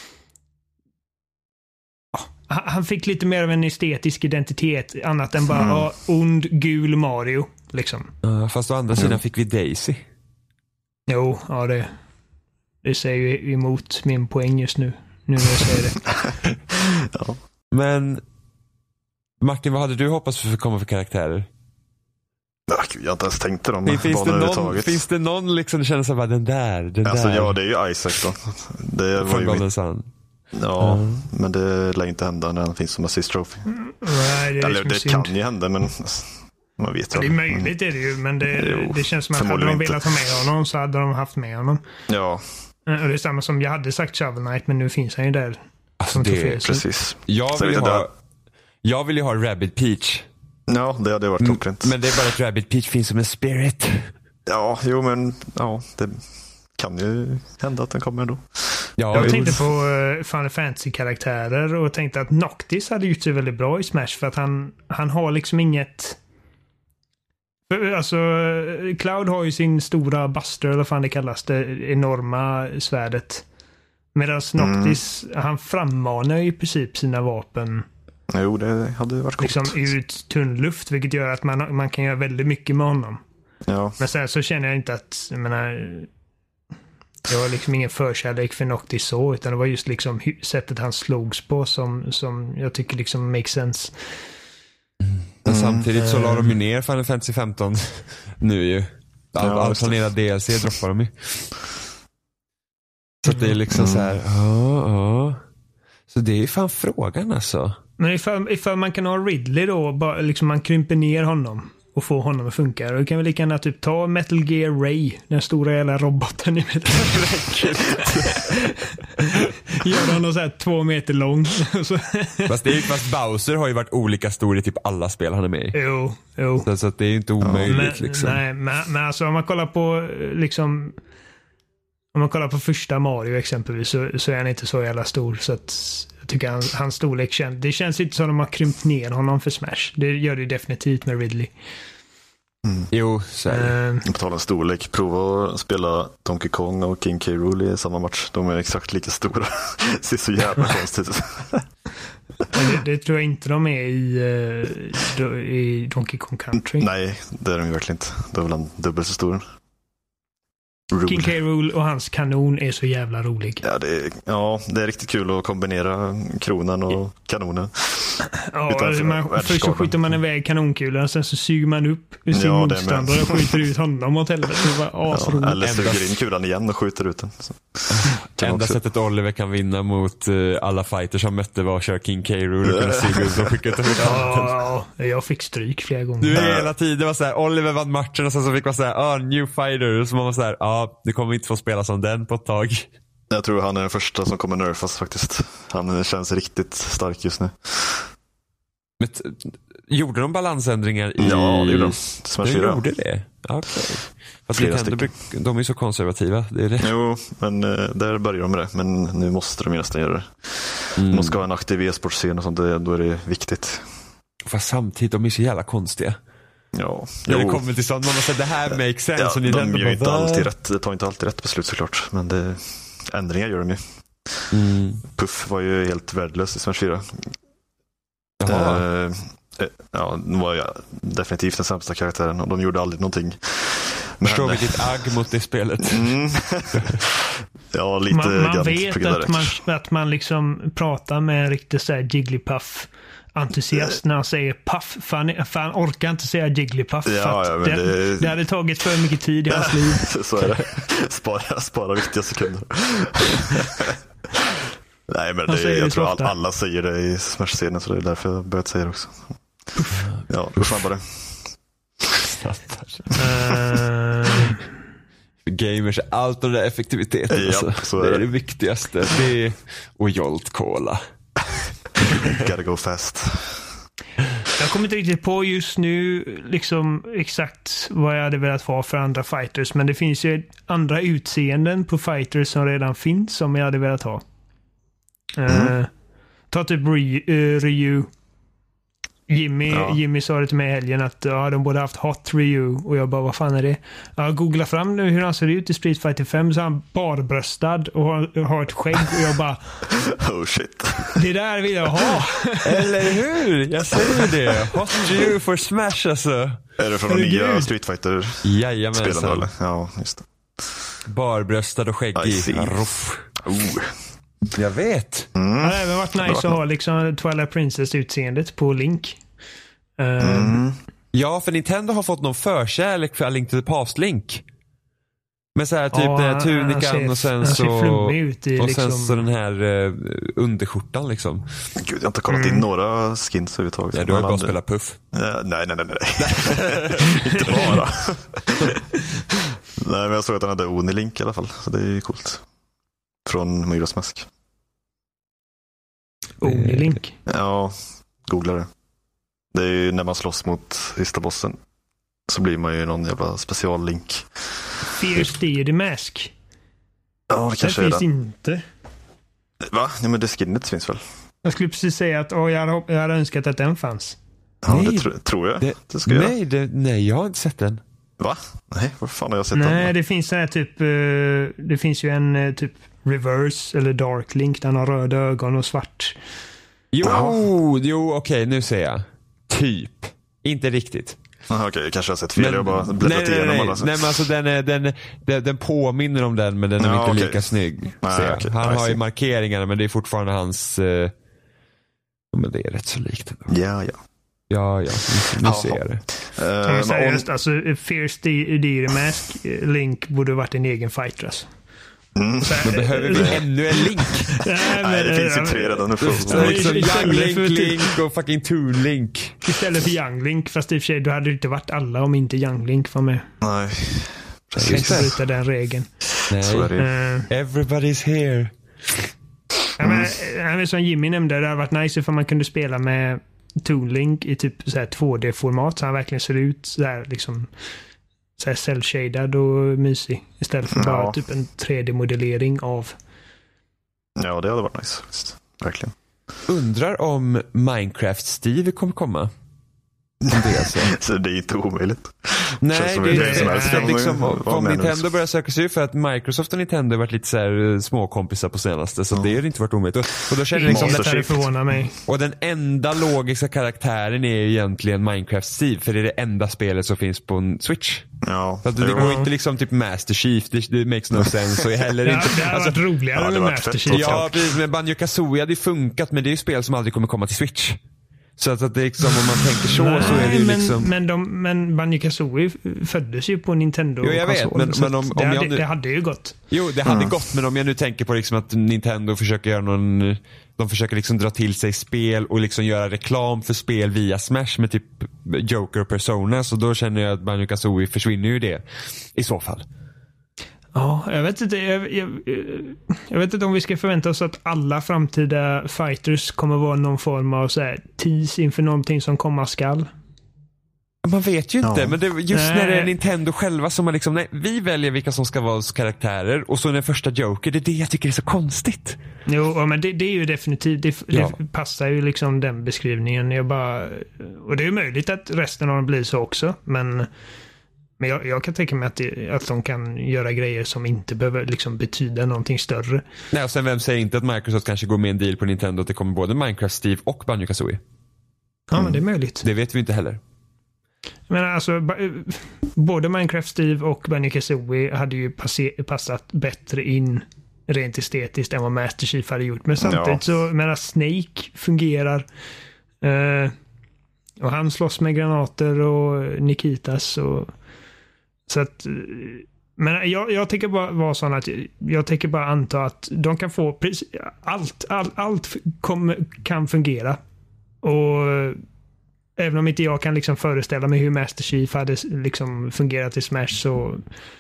S3: han, han fick lite mer av en estetisk identitet annat än bara mm. ah, ond gul Mario liksom.
S1: Uh, fast å andra mm. sidan fick vi Daisy.
S3: Jo, ja det det säger ju emot min poäng just nu nu när jag säger det.
S2: Ja.
S1: Men Martin, vad hade du hoppats för att komma för karaktärer?
S2: Ja, gud, jag har inte ens tänkt till dem.
S1: Finns det, någon, finns det någon liksom känner sig bara den där, den
S2: alltså,
S1: där?
S2: Ja, det är ju Isaac då. Det var ju mitt... Ja, mm. men det lär inte hända när han finns som assist trophy.
S3: Mm, nej, det,
S2: Eller, det kan ju hända, men man vet
S3: ja, det är möjligt är det ju, men det, jo, det känns som att hade de velat ha med honom så hade de haft med honom.
S2: Ja.
S3: Och det är samma som jag hade sagt Shovel Knight, men nu finns han ju där.
S1: Alltså det är
S2: precis.
S1: Jag vill, ha, jag vill ju ha Rabbid Peach.
S2: Ja, det hade varit klockrent.
S1: Men det är bara att Rabbid Peach finns som en spirit.
S2: Ja, jo men ja, det kan ju hända att den kommer ändå.
S3: Ja, jag tänkte på uh, Final Fantasy-karaktärer och tänkte att Noctis hade gjort sig väldigt bra i Smash för att han, han har liksom inget... Alltså, Cloud har ju sin stora buster, eller vad fan det kallas, det enorma svärdet. Medan Noctis, mm. han frammanar ju i princip sina vapen.
S2: Jo, det hade varit coolt.
S3: Liksom ut tunn luft, vilket gör att man, man kan göra väldigt mycket med honom.
S2: Ja.
S3: Men så, här, så känner jag inte att, jag menar, jag har liksom ingen förkärlek för Noctis så, utan det var just liksom sättet han slogs på som, som jag tycker liksom makes sense.
S1: Men mm. samtidigt så la de ju ner Final Fantasy femton nu ju. All, ja, all planerad D L C droppar de ju. Så det är liksom mm. så här, ja, ja. Så det är ju fan frågan alltså.
S3: Men ifall, ifall man kan ha Ridley då, bara, liksom man krymper ner honom och får honom att funka. Då kan vi lika gärna typ ta Metal Gear Ray, den stora jävla roboten i Metal Gear. Gör honom så här två meter lång.
S1: Fast, det är, fast Bowser har ju varit olika stor i typ alla spel han är med i.
S3: Jo, jo.
S1: Så, så att det är ju inte omöjligt
S3: men,
S1: liksom.
S3: Nej, men, men alltså om man kollar på liksom, om man kollar på första Mario exempelvis, så, så är han inte så jävla stor, så att jag tycker han, hans storlek känns, det känns inte som att de har krympt ner honom för Smash. Det gör det definitivt med Ridley.
S2: Mm.
S1: Jo, så är det.
S3: Uh,
S2: på tal om storlek, prova att spela Donkey Kong och King K. Rool i samma match. De är exakt lika stora. Det ser så jävla konstigt ut.
S3: det, det tror jag inte de är i, uh, i Donkey Kong Country.
S2: Nej, det är de ju verkligen inte. Det är väl en dubbelt så stor. Rool.
S3: King K. Rool och hans kanon är så jävla rolig.
S2: Ja det, är, ja, det är riktigt kul att kombinera kronan och kanonen.
S3: Ja, man, först så skjuter man iväg kanonkulan, sen så suger man upp sin
S2: ja,
S3: motståndare och skjuter ut honom åt helvete.
S2: Ja, eller suger in kulan igen och skjuter ut den.
S1: Enda också. Sättet Oliver kan vinna mot uh, alla fighters som mötte var att köra King K. Rool och kunna suga ut och skicka ut den.
S3: Ja, jag fick stryk flera gånger.
S1: Du hela tiden var så här, Oliver vann matchen och sen så fick man så här, ah, new fighter. Så man var så här, ja, ah, du kommer inte få spela som den på ett tag.
S2: Jag tror han är den första som kommer nerfas faktiskt. Han känns riktigt stark just nu.
S1: Men t- gjorde de balansändringar i...
S2: Ja, det gjorde de. Smash
S1: de gjorde det? Okej. Okay. Fast Nintendo, de är så konservativa, det är det.
S2: Jo, men där börjar de med det. Men nu måste de nästan göra det. Mm. De ska ha en aktiv e-sportscen och sånt, då är det viktigt.
S1: Fast samtidigt, de är så jävla konstiga.
S2: Ja,
S1: när det kommer till sånt, man måste säga det här makes sense.
S2: Ja,
S1: och
S2: de
S1: Nintendo
S2: gör ju inte
S1: bara,
S2: alltid rätt, det tar inte alltid rätt beslut såklart. Men det, ändringar gör de ju.
S1: Mm.
S2: Puff var ju helt värdelös i Smash fyra.
S1: Jaha.
S2: Uh, ja, det var ja, definitivt den sämsta karaktären och de gjorde aldrig någonting.
S1: Förstår vi ditt agg mot det spelet?
S2: Mm. Ja, lite
S3: man, man
S2: gant
S3: vet att man, att man liksom pratar med en riktig så här Jigglypuff entusiast när han säger puff. Fan, fan orkar inte säga Jigglypuff.
S2: Ja, ja,
S3: det,
S2: det...
S3: det hade tagit för mycket tid i hans liv.
S2: Så är det. Spara, spara viktiga sekunder. Nej, men det, jag det tror att alla säger det i Smash-scenen, så det är därför jag börjat säga det också. Ja, gå snabbare.
S3: uh...
S1: Gamers, allt av det där effektiviteten.
S2: Ja,
S1: alltså.
S2: så är
S1: det är
S2: det.
S1: det viktigaste. Det är och Jolt Cola.
S2: Gotta go fast.
S3: Jag kommer inte riktigt på just nu liksom exakt vad jag hade velat ha för andra fighters, men det finns ju andra utseenden på fighters som redan finns som jag hade velat ha. Mm. Uh, ta typ Ryu, uh, Ryu. Jimmy, ja. Jimmy sa det till mig i helgen att ja, de borde haft Hot Ryu, och jag bara, vad fan är det? Jag googlar fram nu hur han ser ut i Street Fighter fem, så är han barbröstad och har, har ett skägg, och jag bara
S2: oh shit.
S3: Det där vill jag ha.
S1: Eller hur? Jag säger det. Hot Ryu for Smash alltså.
S2: Är det från de nya Street Fighter?
S1: Jajamensan.
S2: Eller? Ja, just det.
S1: Barbröstad och skäggig.
S2: Oh.
S1: Jag vet.
S3: Mm. Det hade även varit nice att ha liksom Twilight Princess-utseendet på Link. Uh,
S2: mm.
S1: Ja, för Nintendo har fått någon förkärlek för A Link to the Past-Link. Men så här typ
S3: ja,
S1: den tunikan ser, och sen så
S3: ut i,
S1: och
S3: liksom...
S1: sen så den här uh, underskjortan liksom.
S2: Gud, jag har inte kollat mm. in några skins överhuvudtaget.
S1: Ja, du har ju bara spelat Puff.
S2: Ja, nej, nej, nej, nej. Inte bara. Nej, men jag såg att han hade Oni-Link i alla fall, så det är ju coolt. Från Myras Mask.
S3: Oni-Link?
S2: Ja, googla det. Det är ju när man slåss mot sista bossen, så blir man ju någon jävla special-link.
S3: Fierce Deity Mask?
S2: Ja, det kanske är
S3: finns
S2: den.
S3: inte.
S2: Va? Nej, men det skinnet finns väl?
S3: Jag skulle precis säga att åh, jag, hade, jag hade önskat att den fanns.
S2: Ja,
S1: nej,
S2: det tro, tror jag.
S1: Det,
S2: det ska
S1: nej,
S2: jag.
S1: Det, nej, jag har inte sett den.
S2: Va? Nej, vad fan har jag sett
S3: Nej,
S2: den?
S3: det finns så här typ... Uh, det finns ju en uh, typ reverse eller dark link där han har röda ögon och svart.
S1: Jo, oh, jo okej, okay, nu ser jag. Typ. Inte riktigt.
S2: Aha, okej, okay, kanske har sett fel.
S1: Men,
S2: jag bara bläddrat
S1: nej, nej,
S2: igenom
S1: nej,
S2: alla.
S1: Nej, men alltså den, är, den, den, den påminner om den, men den är
S2: ja,
S1: inte
S2: okay.
S1: lika snygg.
S2: Nej, okay.
S1: Han
S2: I
S1: har
S2: see.
S1: ju markeringarna, men det är fortfarande hans... Uh, men det är rätt så likt ändå.
S2: Ja, ja.
S1: Ja, ja. Nu, nu ser jag det.
S3: Uh, men seriöst, alltså Fierce Deity Mask Link borde ha varit en egen fighter alltså.
S2: Mm.
S1: Men behöver vi ännu en Link?
S3: Nej, men,
S2: Nej, det finns ju
S3: äh,
S2: tre redan.
S1: Liksom Young Link, Link och fucking Toon Link.
S3: Istället för Young Link, fast i och för sig, då hade det inte varit alla om inte Young Link var med.
S2: Nej.
S3: Jag kan inte bryta den regeln.
S1: Nej.
S2: Så är det.
S3: Uh,
S1: Everybody's here.
S3: Ja, men, äh, som Jimmy nämnde, det hade varit nice ifall man kunde spela med Toon Link i typ så här två D-format så han verkligen ser ut så här liksom så här cell-shaded och mysig istället för
S2: ja.
S3: bara typ en tre D-modellering av.
S2: Ja, det hade varit nice. Just. Verkligen.
S1: Undrar om Minecraft-Steve kommer komma. Det är så.
S2: Så det är inte omöjligt.
S1: Nej, det, det, det,
S3: nej,
S1: det liksom, om Nintendo börjar söka sig ut för att Microsoft och Nintendo har varit lite så här småkompisar på senaste, så mm. det har inte varit omöjligt. Och, och då känner jag liksom
S3: det förvånar mig.
S1: Och den enda logiska karaktären är ju egentligen Minecraft Steve, för det är det enda spelet som finns på en Switch.
S2: Ja.
S1: Så att det går inte liksom typ Master Chief, det, det makes no sense. Och heller inte,
S3: ja, det hade
S1: alltså,
S3: varit roligare ja, med Master Chief.
S1: Ja, precis, med Banjo-Kazooie hade ju funkat, men det är ju spel som aldrig kommer komma till Switch. Så att, att det är liksom, om man tänker så, nej, så är det ju
S3: men,
S1: liksom...
S3: Men, de, men Banjo-Kazooie föddes ju på Nintendo.
S1: Jo, jag vet, men, men om, om
S3: det,
S1: jag
S3: hade,
S1: nu...
S3: det hade ju gått.
S1: Jo, det hade
S2: mm.
S1: gått, men om jag nu tänker på liksom att Nintendo försöker göra någon... De försöker liksom dra till sig spel och liksom göra reklam för spel via Smash med typ Joker och Persona, så då känner jag att Banjo-Kazooie försvinner ju det i så fall.
S3: Ja, jag vet inte jag, jag, jag vet inte om vi ska förvänta oss att alla framtida fighters kommer vara någon form av så här tease inför någonting som komma skall.
S1: Man vet ju inte, ja. Men det, just nej. När det är Nintendo själva som har liksom, nej, vi väljer vilka som ska vara karaktärer och så den första Joker, det är det jag tycker är så konstigt.
S3: Jo, men det, det är ju definitivt, det, ja. Det passar ju liksom den beskrivningen. Jag bara, och det är möjligt att resten av dem blir så också, men Men jag, jag kan tänka mig att, det, att de kan göra grejer som inte behöver liksom betyda någonting större.
S1: Nej, och sen vem säger inte att Microsoft kanske går med en deal på Nintendo att det kommer både Minecraft Steve och Banjo-Kazooie?
S3: Ja, mm. men det är möjligt.
S1: Det vet vi inte heller.
S3: Men alltså, både Minecraft Steve och Banjo-Kazooie hade ju passe, passat bättre in rent estetiskt än vad Master Chief hade gjort. Men samtidigt ja. så, menar Snake fungerar. Uh, och han slåss med granater och Nikitas och så att, men jag, jag tänker bara vara sån att jag tänker bara anta att de kan få precis, allt, all, allt kom, kan fungera. Och även om inte jag kan liksom föreställa mig hur Master Chief hade liksom fungerat i Smash, så,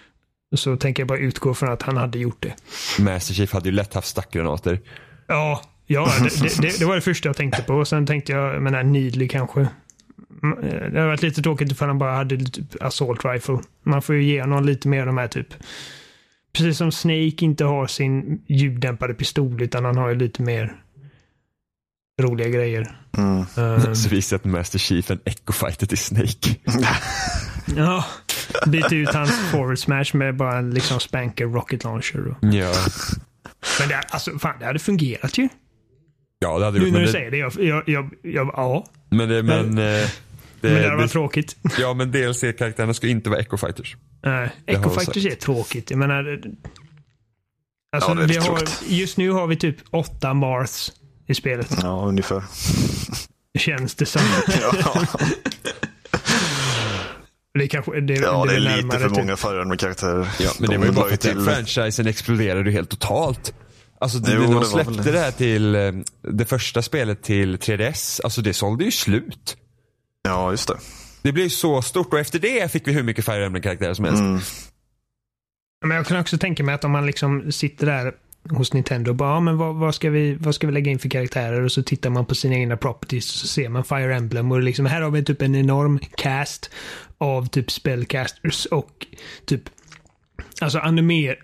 S3: så tänker jag bara utgå från att han hade gjort det.
S1: Master Chief hade ju lätt haft stackgranater.
S3: Ja, ja det, det, det var det första jag tänkte på. Och sen tänkte jag, men här Needly kanske. Det har varit lite tråkigt ifall han bara hade typ assault rifle. Man får ju ge honom lite mer av de här typ. Precis som Snake inte har sin ljuddämpade pistol, utan han har ju lite mer roliga grejer.
S2: Mm.
S1: Um, så visar att Master Chief en Echo Fighter till Snake.
S3: Ja, byter ut hans forward smash med bara en liksom spanker rocket launcher. Och.
S1: Ja.
S3: Men det, alltså, fan, det hade fungerat ju.
S1: Ja, det hade
S3: nu
S1: gjort.
S3: när du
S1: det...
S3: säger det, jag, jag, jag, jag ja.
S1: Men det, men, men, eh, det,
S3: men det var
S1: det,
S3: tråkigt.
S1: Ja, men D L C-karaktärerna ska inte vara Echo Fighters.
S3: Nej, Echo Fighters är tråkigt. Jag menar, alltså,
S2: ja,
S3: vi har, just nu har vi typ åtta Marths i spelet.
S2: Ja, ungefär.
S3: Känns det som.
S2: Ja.
S3: Det, kanske, det,
S2: ja,
S3: det,
S2: det är
S3: är
S2: lite för
S3: typ.
S2: många förare med karaktärer.
S1: Ja, men
S2: de
S1: det var ju bara för att
S2: till...
S1: den franchisen exploderade ju helt totalt. Alltså det,
S2: jo,
S1: när de
S2: det
S1: släppte
S2: det.
S1: det här till det första spelet till tre D S, alltså det sålde ju slut.
S2: Ja, just det.
S1: Det blev ju så stort, och efter det fick vi hur mycket Fire Emblem-karaktärer som helst.
S2: Mm.
S3: Men jag kan också tänka mig att om man liksom sitter där hos Nintendo och bara, ja, men vad, vad, ska vi, vad ska vi lägga in för karaktärer, och så tittar man på sina egna properties och så ser man Fire Emblem, och liksom, här har vi typ en enorm cast av typ spellcasters och typ alltså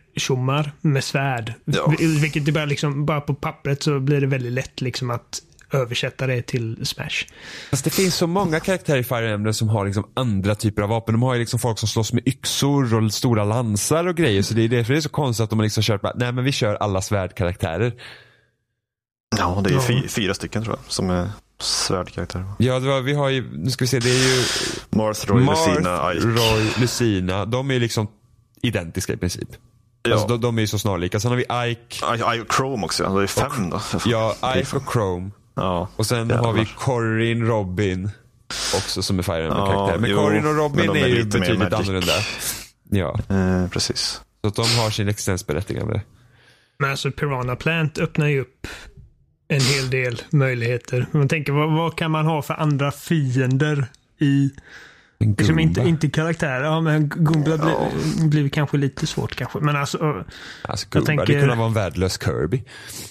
S3: animer-tjommar med svärd.
S2: Ja.
S3: Vilket det bara liksom, bara på pappret så blir det väldigt lätt liksom att översätta det till Smash.
S1: Fast det finns så många karaktärer i Fire Emblem som har liksom andra typer av vapen. De har ju liksom folk som slåss med yxor och stora lansar och grejer. Så det är därför det är så konstigt att de har liksom kört bara, nej men vi kör alla svärdkaraktärer.
S2: Ja, det är ja. Fy, fyra stycken tror jag som är svärdkaraktärer.
S1: Ja, det var, vi har ju, nu ska vi se, det är ju
S2: Marth, Roy, Marth, Lucina, Ike.
S1: Roy, Lucina. De är ju liksom identiska i princip. Ja. Alltså, de, de är ju så snarlika. Sen har vi Ike.
S2: Ike och Chrome också. Det är fem då.
S1: Ja, Ike och Chrome.
S2: Ja.
S1: Och sen Jävlar. har vi Corrin, Robin också som är Fire Emblem-karaktär.
S2: Ja,
S1: Men
S2: jo,
S1: Corrin och Robin
S2: är,
S1: är ju
S2: lite
S1: betydligt annorlunda. Ja.
S2: Eh, precis.
S1: Så att de har sin existensberättigande.
S3: Men alltså Piranha Plant öppnar ju upp en hel del möjligheter. Man tänker, vad, vad kan man ha för andra fiender i... Liksom inte, inte karaktärer. Ja, men Goomba blir, ja. blir kanske lite svårt kanske. Men alltså...
S1: Alltså Goomba, tänker... det kunde vara en värdelös Kirby.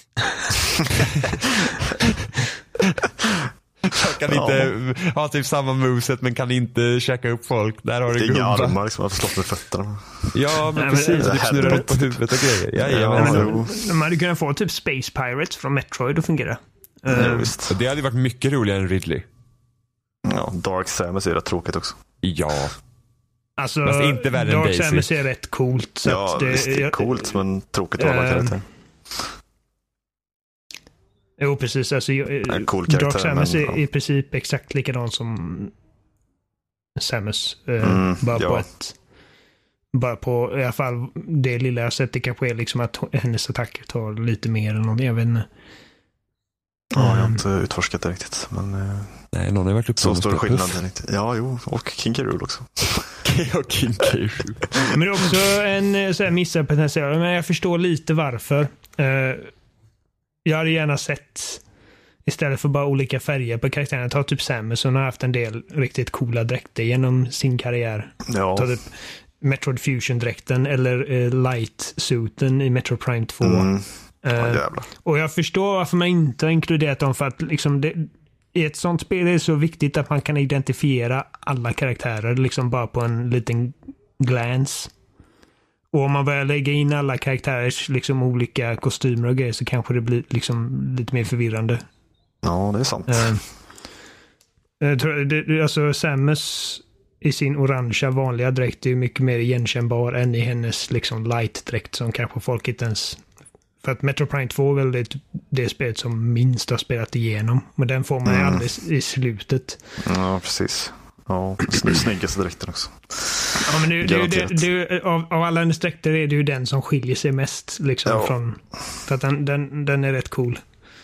S1: Jag kan inte ja. ha typ samma moveset men kan inte käka upp folk. Där har du
S2: Goomba. Det är inga armar som har slått med fötterna.
S1: Ja, men Nej, precis. Det snurrar runt på huvudet och grejer. Ja, ja,
S3: men de, de hade kunnat få typ Space Pirates från Metroid att fungera.
S1: Ja, uh, visst. Det hade varit mycket roligare än Ridley.
S2: Ja, Dark Samus är rätt tråkigt också.
S1: Ja.
S3: Alltså,
S1: inte
S3: Dark Samus är rätt coolt. Så
S2: ja,
S3: att det,
S2: visst det är coolt, men tråkigt att alla uh, karaktärer.
S3: Jo, precis. Alltså,
S2: en cool karaktär,
S3: Dark Samus
S2: men,
S3: är
S2: ja.
S3: i princip exakt likadan som Samus. Uh,
S2: mm,
S3: bara
S2: ja.
S3: på ett... Bara på, i alla fall, det lilla jag sett, det kanske är liksom att hennes attacker tar lite mer eller någonting. Jag vet inte.
S2: Ja, jag har inte utforskat det riktigt. Men,
S1: nej, någon har varit uppe
S2: så stor skillnad. Ja, jo. Och King K. Rool också.
S1: och King K. Rool.
S3: Men det är också en så här missad potential. Men jag förstår lite varför. Uh, jag hade gärna sett, istället för bara olika färger på karaktären, ta typ Samus. Hon har haft en del riktigt coola dräkter genom sin karriär.
S2: Ja.
S3: Ta typ Metroid Fusion-dräkten eller uh, Light-suiten i Metroid Prime två.
S2: Mm.
S3: Uh,
S2: ja,
S3: och jag förstår varför man inte har inkluderat dem, för att liksom det, i ett sånt spel är det så viktigt att man kan identifiera alla karaktärer liksom bara på en liten glans. Och om man börjar lägga in alla karaktärers liksom olika kostymer och grejer, så kanske det blir liksom lite mer förvirrande.
S2: Ja, det är sant.
S3: Uh, jag tror, det, alltså Samus i sin orangea vanliga dräkt är ju mycket mer igenkännbar än i hennes liksom light-dräkt som kanske folk inte ens... För att Metro Prime två är väl det, det spelet som minst har spelat igenom. Men den får man mm. alldeles i slutet.
S2: Ja, precis. Ja, snyggaste dräkten också.
S3: Ja, men det, det, det, det, av, av alla hennes dräkter är det ju den som skiljer sig mest. Liksom, ja. från, för att den, den, den är rätt cool.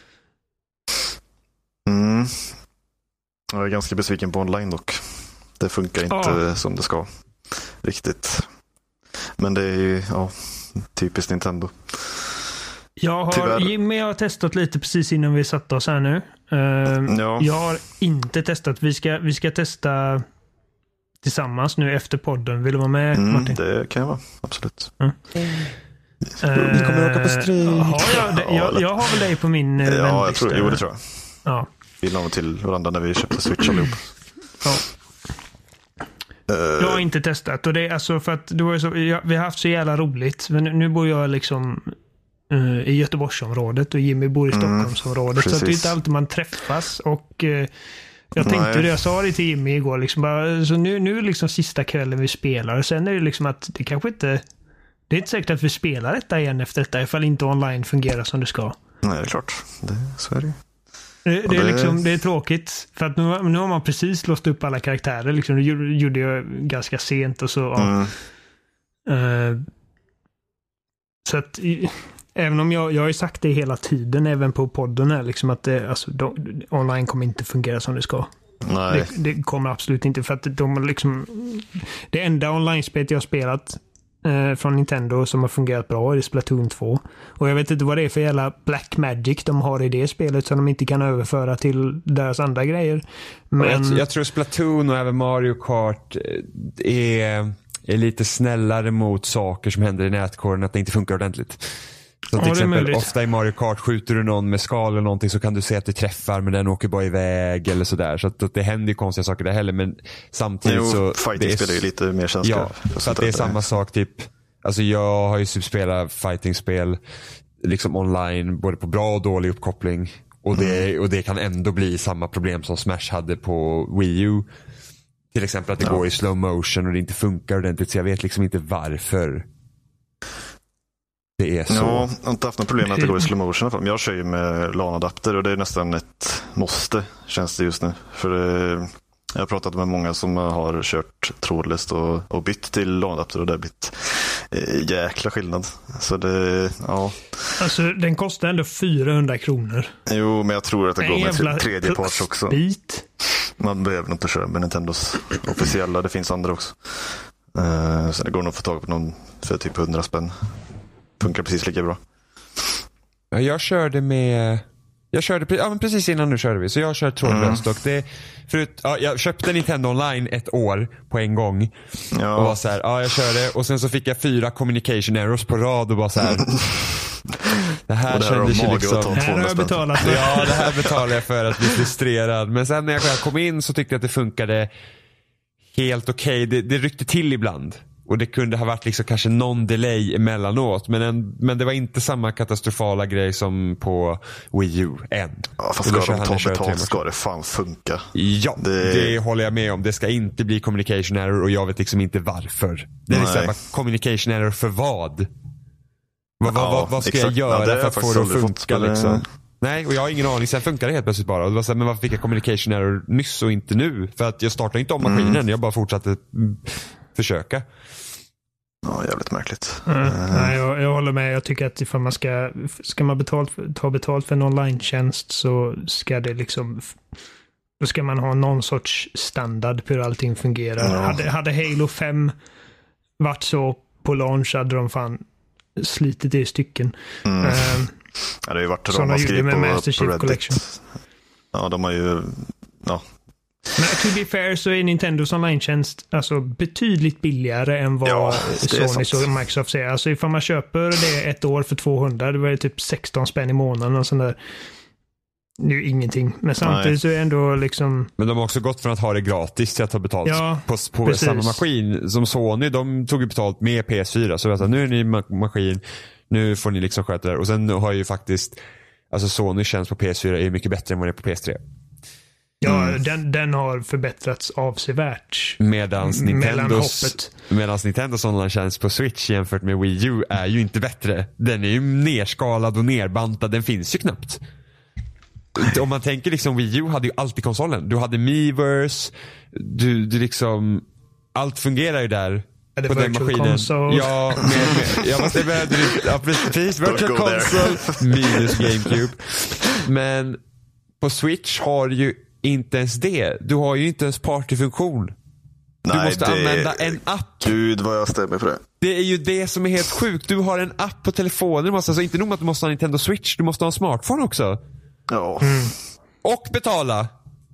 S2: Mm. Jag är ganska besviken på online dock. Det funkar inte ja. som det ska. Riktigt. Men det är ju ja, typiskt Nintendo.
S3: Jag har, Jimmy har testat lite precis innan vi satt oss här nu. Uh, ja. Jag har inte testat. Vi ska, vi ska testa tillsammans nu efter podden. Vill du vara med,
S2: mm,
S3: Martin?
S2: Det kan jag vara, absolut.
S3: Mm.
S1: Uh, vi kommer åka på stryk.
S3: Har jag, det, jag, jag har väl dig på min uh,
S2: ja, jag tror, jo, det tror jag.
S3: Ja.
S2: Vi la till varandra när vi köpte Switch allihop.
S3: Ja. Jag har inte testat, och det är alltså för att det var så, jag, vi har haft så jävla roligt, men nu bor jag liksom uh, i Göteborgsområdet och Jimmy bor i Stockholmsområdet, mm, så att det är inte alltid man träffas, och uh, jag tänkte Nej. det, jag sa det till Jimmy igår liksom, bara, så nu, nu är liksom sista kvällen vi spelar, och sen är det liksom att det kanske inte, det är inte säkert att vi spelar detta igen efter detta ifall inte online fungerar som det ska.
S2: Nej, det är klart, det, så är det.
S3: Det, det, är liksom, det är tråkigt, för att nu, nu har man precis låst upp alla karaktärer liksom, det gjorde jag ganska sent och så
S2: mm.
S3: ja. uh, så att i, även om jag, jag har ju sagt det hela tiden även på podden här liksom, att det, alltså, de, online kommer inte fungera som det ska.
S2: Nej.
S3: Det, det kommer absolut inte, för att de liksom, det enda online-spelet jag har spelat från Nintendo som har fungerat bra är Splatoon två. Och jag vet inte vad det är för jävla Black Magic de har i det spelet som de inte kan överföra till deras andra grejer. Men...
S1: Jag, jag tror Splatoon och även Mario Kart är, är lite snällare mot saker som händer i nätkorgen, att det inte funkar ordentligt. Så till
S3: ja,
S1: exempel ofta i Mario Kart skjuter du någon med skal eller någonting, så kan du se att det träffar men den åker bara iväg eller sådär. Så att, att det händer ju konstiga saker där heller, men samtidigt
S2: jo,
S1: så
S2: fighting spelar ju lite mer känsla.
S1: Ja, så att det är samma sak typ. Alltså jag har ju typ spelat fighting-spel liksom online, både på bra och dålig uppkoppling. Och det, och det kan ändå bli samma problem som Smash hade på Wii U. Till exempel att det ja. går i slow motion och det inte funkar ordentligt. Så jag vet liksom inte varför det är så.
S2: Ja, jag har inte haft något problem med att det går i slow motion i alla fall. Men jag kör ju med LAN-adapter och det är nästan ett måste, känns det just nu. För det, jag har pratat med många som har kört trådlöst och, och bytt till LAN-adapter och det har blivit eh, jäkla skillnad. Så det, ja.
S3: Alltså den kostar ändå fyrahundra kronor.
S2: Jo, men jag tror att det går med till tredje parts också.
S3: Bit.
S2: Man behöver inte köra med Nintendos officiella, det finns andra också. Uh, så det går nog att få tag på någon för typ hundra spänn. Funkar precis lika bra.
S1: Ja, jag körde med Jag körde ja, men precis innan nu körde vi. Så jag kör trådlöst mm. och det förut, ja, jag köpte Nintendo Online ett år på en gång. Ja. Och var så här, ja jag körde och sen så fick jag fyra communication errors på rad och bara så här. Det här kändes ju liksom.
S3: Det här har jag betalat för.
S1: Ja, det här betalade jag för att bli frustrerad. Men sen när jag kom in så tyckte jag att det funkade helt okej. Okay. Det, det ryckte till ibland. Och det kunde ha varit liksom kanske någon delay emellanåt. Men, en, men det var inte samma katastrofala grej som på Wii U än.
S2: Ja, fast ska de ta betalt ska det fan funka.
S1: Ja, det... det håller jag med om. Det ska inte bli communication error och jag vet liksom inte varför. Det är liksom bara communication error för vad? Vad, ja, vad, vad ska exakt. jag göra ja, för att få det att funka liksom? Nej, och jag har ingen aning. Sen funkar det helt plötsligt bara. Och det var så här, men varför fick jag communication error nyss och inte nu? För att jag startade inte om maskinen. Mm. Jag bara fortsatte försöka.
S2: Ja, jävligt märkligt.
S3: Mm. Uh. Nej, jag, jag håller med. Jag tycker att ifall man ska, ska man betalt, ta betalt för en online-tjänst så ska det liksom, då ska man ha någon sorts standard på hur allting fungerar. Ja. Hade, hade Halo fem varit så på launch hade de fan slitit det i stycken. Mm. Uh,
S2: ja, det har ju varit ramaskri på, på Reddit. Collection. Ja, de har ju ja.
S3: Men to be fair så är Nintendos online-tjänst alltså betydligt billigare än vad ja, Sony och Microsoft säger. Alltså ifall man köper det ett år för tvåhundra, det var ju typ sexton spänn i månaden och sånt där. Det är ju ingenting. Men samtidigt Nej. så är ändå liksom...
S1: Men de har också gått från att ha det gratis till att ta betalt ja, på, på samma maskin som Sony. De tog ju betalt med P S fyra. Så alltså, nu är ni ma- maskin, nu får ni liksom sköta det. Och sen har ju faktiskt alltså Sony tjänst på P S fyra är mycket bättre än vad det är på P S tre.
S3: Ja, mm. den, den har förbättrats avsevärt.
S1: Medans Nintendos, medans Nintendos online-tjänst på Switch jämfört med Wii U är ju inte bättre. Den är ju nerskalad och nerbantad. Den finns ju knappt. Om man tänker liksom Wii U hade ju alltid konsolen. Du hade Miiverse. Du, du liksom allt fungerar ju där på den maskinen. Console. Ja, med, med, jag måste behöva ja, precis Virtual Console minus GameCube. Men på Switch har ju inte ens det. Du har ju inte ens partyfunktion. Du Nej, måste det... använda en app.
S2: Gud vad jag stämmer för det.
S1: Det är ju det som är helt sjukt. Du har en app på telefonen. Du måste, alltså, inte nog med att du måste ha en Nintendo Switch. Du måste ha en smartphone också.
S2: Ja.
S1: Mm. Och betala.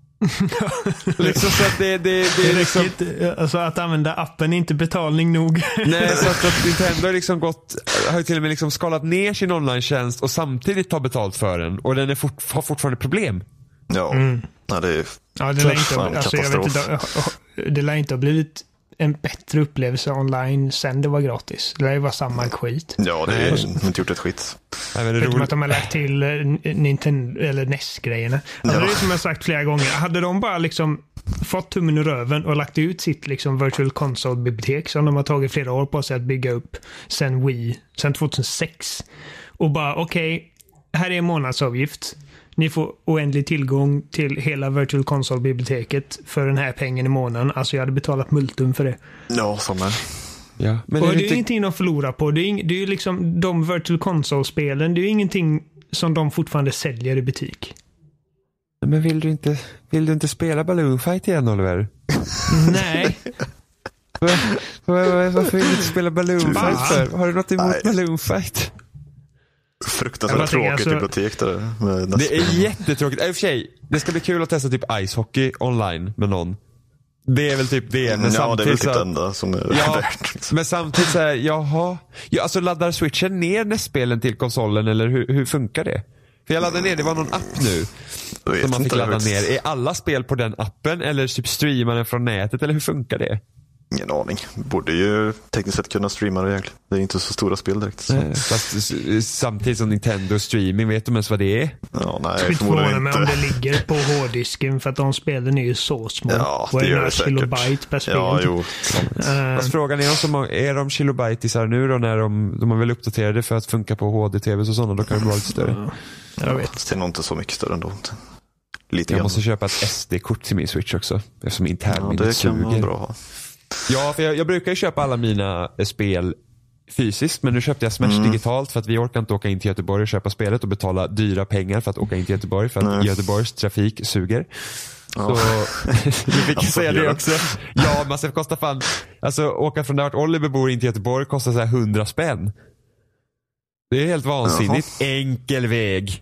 S1: liksom så att det, det, det, det är liksom...
S3: Alltså att använda appen är inte betalning nog.
S1: Nej, så att, att Nintendo har liksom gått, har till och med liksom skalat ner sin online-tjänst och samtidigt ta betalt för den. Och den är fort, har fortfarande problem.
S2: Ja, mm. ja det är
S3: ja, det lär inte, alltså, jag vet inte, det lär inte ha blivit en bättre upplevelse online sen det var gratis. Det lär ju vara samma skit.
S2: Ja, det är inte gjort ett skit.
S3: Förutom att de har lagt till Nintendo eller N E S-grejerna. Alltså, ja. Det är som jag sagt flera gånger. Hade de bara liksom fått tummen ur röven och lagt ut sitt liksom Virtual Console-bibliotek som de har tagit flera år på sig att bygga upp sen Wii, sen tjugohundrasex. Och bara okej, okay, här är en månadsavgift. Ni får oändlig tillgång till hela Virtual Console-biblioteket för den här pengen i månaden. Alltså jag hade betalat multum för det.
S2: Ja, som är.
S1: Ja,
S3: men och det är inte... ingenting de förlorar på. Det är, ing... det är ju liksom de Virtual Console-spelen. Det är ju ingenting som de fortfarande säljer i butik.
S1: Men vill du inte, vill du inte spela Balloon Fight igen, Oliver?
S3: Nej.
S1: Var, var, varför vill du inte spela Balloon Fight för? Har du något emot Nej. Balloon Fight?
S2: Fruktansvärt tråkigt alltså, bibliotek där.
S1: Det är jättetråkigt. I och för sig, det ska bli kul att testa typ icehockey online med någon. Det är väl typ det. Men
S2: ja, det är väl typ
S1: det
S2: enda som är
S1: ja,
S2: värt.
S1: Men samtidigt så här, jaha. Ja, alltså laddar Switchen ner N E S-spelen till konsolen eller hur, hur funkar det? För jag laddade ner, det var någon app nu som man fick ladda ner. Är alla spel på den appen eller typ streamar den från nätet eller hur funkar det?
S2: Ingen aning. Borde ju tekniskt sett kunna streama det egentligen. Det är inte så stora spel direkt. Så.
S1: Nej, fast samtidigt som Nintendo streaming, vet du ens vad det är?
S2: Ja, nej,
S3: jag skulle förvåna mig om det ligger på hårddisken, för att de spelen är ju så små.
S2: Ja, det gör det säkert.
S3: Kilobyte per spel.
S2: Ja, jo.
S1: Uh, fast frågan är, om så är de kilobytisar nu då, när de, de har väl uppdaterade för att funka på H D-tv och sådana, då kan det vara lite större.
S2: Ja, jag vet. Det är nog inte så mycket större ändå. Lite
S1: jag
S2: grann.
S1: måste köpa ett S D-kort till min Switch också, eftersom internminnet
S2: ja, det
S1: suger.
S2: kan vara bra.
S1: Ja, för jag, jag brukar ju köpa alla mina eh, spel fysiskt, men nu köpte jag Smash
S2: mm.
S1: digitalt för att vi orkar inte åka in till Göteborg och köpa spelet och betala dyra pengar för att åka in till Göteborg, för att Nej. Göteborgs trafik suger. Ja. Så vi fick ju säga det också. Ja, man ska kosta fan, alltså åka från där vart Oliver bor in till Göteborg kostar så här hundra spänn. Det är helt vansinnigt. Jaha. Enkel väg.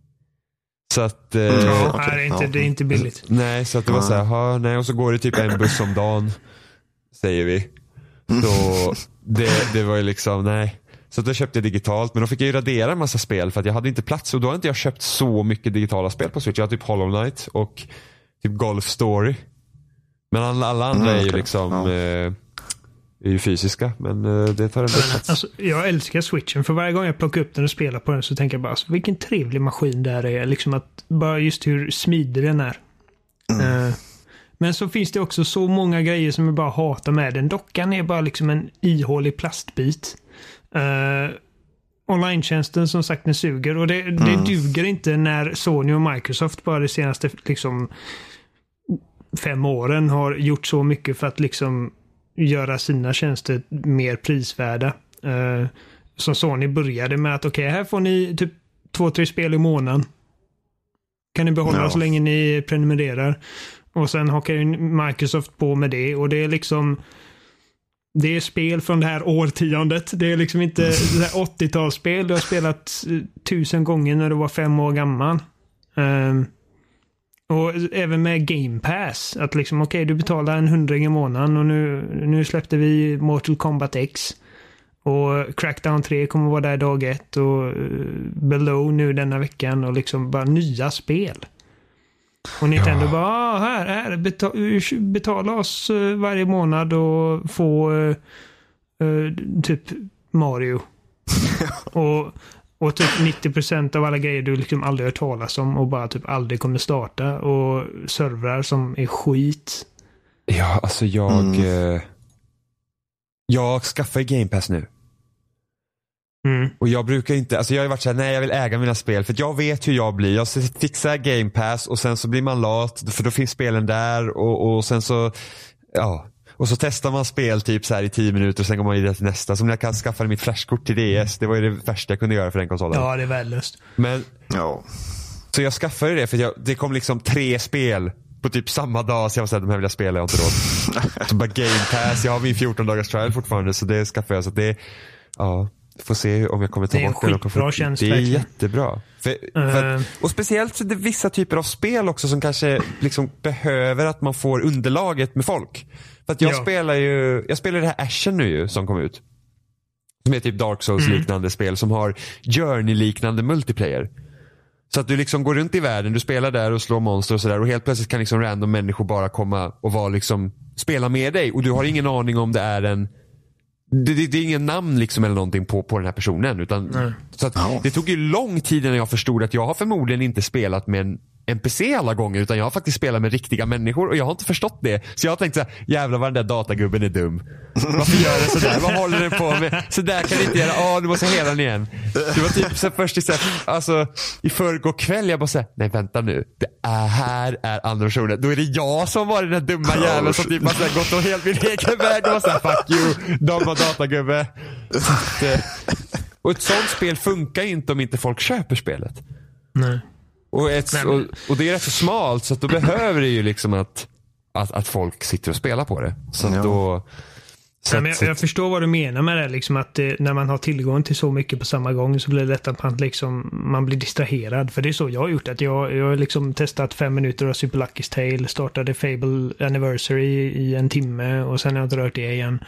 S1: Så att eh,
S3: mm, ja,
S1: okay.
S3: nej, det, är inte, det är inte billigt.
S1: Nej, så att det var så här, nej, och så går det typ en buss om dagen, säger vi. Så det, det var ju liksom, nej. Så då köpte jag digitalt, men då fick jag ju radera en massa spel för att jag hade inte plats, och då har inte jag köpt så mycket digitala spel på Switch. Jag har typ Hollow Knight och typ Golf Story. Men alla, alla andra mm, är ju liksom ja. eh, är ju fysiska, men eh, det tar en plats.
S3: Alltså, jag älskar Switchen, för varje gång jag plockar upp den och spelar på den så tänker jag bara, alltså, vilken trevlig maskin det här är. Liksom att, bara just hur smidig den är. Mm. Eh, men så finns det också så många grejer som jag bara hatar med den. Dockan är bara liksom en ihålig plastbit. Uh, online-tjänsten som sagt den suger, och det, mm. det duger inte när Sony och Microsoft bara de senaste liksom fem åren har gjort så mycket för att liksom göra sina tjänster mer prisvärda. Uh, som Sony började med att okej, okay, här får ni typ två, tre spel i månaden. Kan ni behålla ja. så länge ni prenumererar. Och sen hakar ju Microsoft på med det, och det är liksom det är spel från det här årtiondet. Det är liksom inte det här åttiotalsspel du har spelat tusen gånger när du var fem år gammal. Um, och även med Game Pass. Att liksom, okej, okay, du betalar en hundring i månaden och nu, nu släppte vi Mortal Kombat X. Och Crackdown tre kommer vara där dag ett, och uh, Below nu denna veckan, och liksom bara nya spel. Och Nintendo ja. bara, ah, här, här betala, betala oss uh, varje månad och få uh, uh, typ Mario. och, och typ nittio procent av alla grejer du liksom aldrig hört talas om och bara typ aldrig kommer starta, och servrar som är skit.
S1: Ja, alltså jag mm. uh, jag skaffar Game Pass nu. Mm. Och jag brukar inte, alltså jag har ju varit så här, nej jag vill äga mina spel, för jag vet hur jag blir. Jag fixar Game Pass och sen så blir man lat, för då finns spelen där, och, och sen så ja, och så testar man spel typ så här i tio minuter och sen går man vidare till nästa. Som när jag kan skaffa mitt flashkort till D S, det var ju det värsta jag kunde göra för den konsolen.
S3: Ja, det är värdelöst.
S1: Men
S2: ja.
S1: Så jag skaffade det för jag, det kom liksom tre spel på typ samma dag, så jag var såhär, de här vill jag spela, jag har inte råd. Så bara Game Pass, jag har min fjorton dagars trial fortfarande, så det skaffade jag, så det, ja, får se om jag kommer ta bort det.
S3: Det är en skitbra tjänst.
S1: Det är jättebra. För, uh. för att, och speciellt så är det vissa typer av spel också som kanske liksom behöver att man får underlaget med folk. För att jag ja. spelar ju, jag spelar det här Ashen nu ju, som kom ut. Som är typ Dark Souls-liknande mm. spel som har Journey-liknande multiplayer. Så att du liksom går runt i världen, du spelar där och slår monster och sådär, och helt plötsligt kan liksom random människor bara komma och vara liksom, spela med dig, och du har ingen aning om det är en det, det, det är ingen namn liksom eller någonting på, på den här personen, utan så att, ja. det tog ju lång tid innan jag förstod att jag har förmodligen inte spelat med en N P C alla gånger, utan jag har faktiskt spelat med riktiga människor, och jag har inte förstått det. Så jag har tänkt så här, jävlar vad den där datagubben är dum. Varför gör den sådär? Vad håller den på med? Så där kan det inte göra. Åh, nu måste jag hela den igen. Det var typ så först i, så här, alltså, i förrgår kväll, jag bara säga, nej vänta nu. Det är, här är andra versionen. Då är det jag som var den där dumma jäveln som typ har gått och helt min egen väg och var såhär, fuck you, dumma datagubbe. Det, och ett sånt spel funkar inte om inte folk köper spelet.
S3: Nej.
S1: Och, ett, och, och det är rätt så smalt, så att då behöver det ju liksom att, att, att folk sitter och spelar på det. Så
S3: ja.
S1: då så
S3: Nej, men jag, jag förstår vad du menar med det, liksom att det, när man har tillgång till så mycket på samma gång så blir det lätt att man, liksom, man blir distraherad. För det är så jag har gjort, att jag, jag har liksom testat fem minuter av Super Lucky's Tale, startade Fable Anniversary i, i en timme och sen har jag inte rört det igen.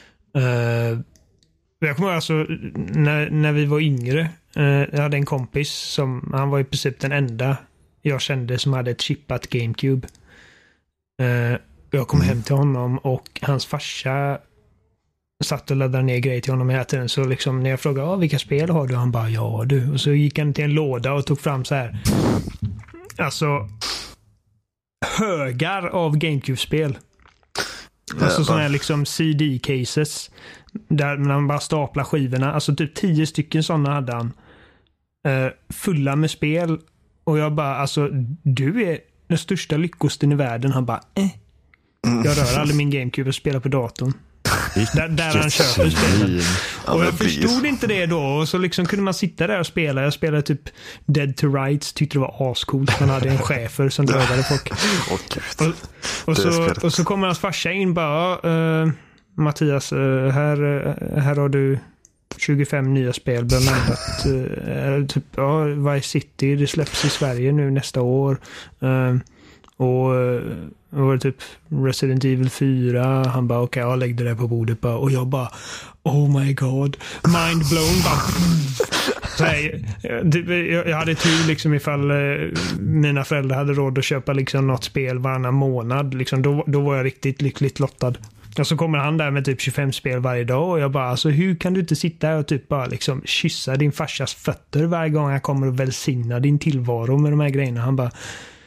S3: Uh, jag kommer alltså, när, när vi var yngre, uh, jag hade en kompis som, han var i princip den enda jag kände som hade ett chippat GameCube. Uh, jag kom hem till honom och hans farsa satt och laddade ner grejer till honom hela tiden. Så liksom när jag frågade, ah, vilka spel har du? Han bara, ja du. Och så gick han till en låda och tog fram så här. Alltså högar av GameCube-spel. Alltså sådana här liksom C D-cases där man bara staplar skivorna. Alltså typ tio stycken sådana hade han. Uh, fulla med spel. Och jag bara, alltså du är den största lyckosten i världen. Han bara, eh. Jag rör aldrig min GameCube och spelar på datorn. Där, där han köper spelet. Och jag förstod inte det då. Och så liksom kunde man sitta där och spela. Jag spelade typ Dead to Rights. Tyckte det var ascoolt. Han hade en chefer som dödade folk.
S2: Oh,
S3: och, och, så, och så kommer hans farsa in bara, uh, Mattias, uh, här, uh, här har du tjugofem nya spel bland annat. Uh, typ, ja, Vice City, det släpps i Sverige nu nästa år. Uh, och det var typ Resident Evil fyra. Han bara, okej, okay, jag lägger det där på bordet bara. Och jag bara, oh my god, mind blown. Bara, så här, jag, jag hade tur liksom ifall mina föräldrar hade råd att köpa liksom något spel varannan månad. Liksom, då, då var jag riktigt lyckligt lottad. Och så kommer han där med typ tjugofem spel varje dag. Och jag bara, alltså hur kan du inte sitta här och typ bara liksom kyssa din farsas fötter varje gång han kommer och välsigna din tillvaro med de här grejerna. Han bara,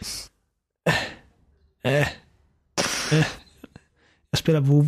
S3: Eh, eh, jag spelar WoW.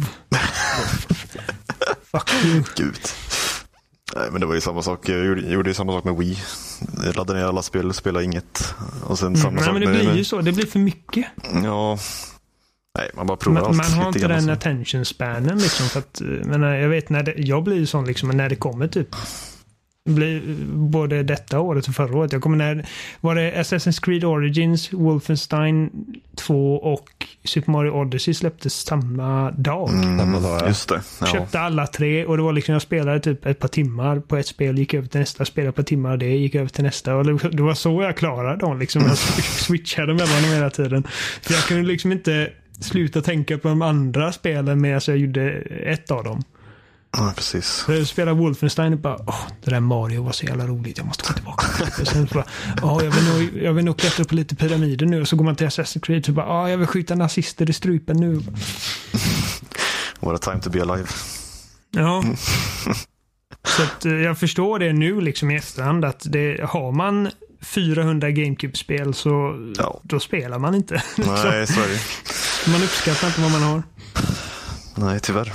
S3: Fuck you.
S2: Gud. Nej, men det var ju samma sak. Jag gjorde, gjorde ju samma sak med Wii. Jag laddade ner alla spel och spelade inget. Och sen samma
S3: mm,
S2: sak
S3: nej, men det blir med... ju så. Det blir för mycket.
S2: Ja. Nej, man bara provar
S3: man,
S2: allt.
S3: Man har inte den
S2: så.
S3: attention spanen liksom. För att, men jag vet när det, jag blir ju sån liksom när det kommer typ. Blir både detta året och förra året. Jag kommer när var det Assassin's Creed Origins, Wolfenstein två och Super Mario Odyssey släpptes samma dag.
S2: Mm, just det. Ja.
S3: Köpte alla tre och det var liksom jag spelade typ ett par timmar på ett spel, gick över till nästa, spelade ett par timmar och det gick över till nästa och det var så jag klarade dem liksom. Jag switchade mellan dem hela tiden. För jag kunde liksom inte sluta tänka på de andra spelen medan jag gjorde ett av dem.
S2: Ja, precis.
S3: Jag spelade Wolfenstein och bara, åh, det där Mario var så jävla roligt, jag måste gå tillbaka. Och sen bara, åh, jag vill nog, jag vill nog klättra på lite pyramider nu. Och så går man till Assassin's Creed och bara, åh, jag vill skjuta nazister i strupen nu.
S2: What a time to be alive.
S3: Ja. Så att jag förstår det nu liksom i efterhand att det, har man fyrahundra GameCube-spel så ja. Då spelar man inte.
S2: Nej, så är det.
S3: Man uppskattar inte vad man har.
S2: Nej, tyvärr.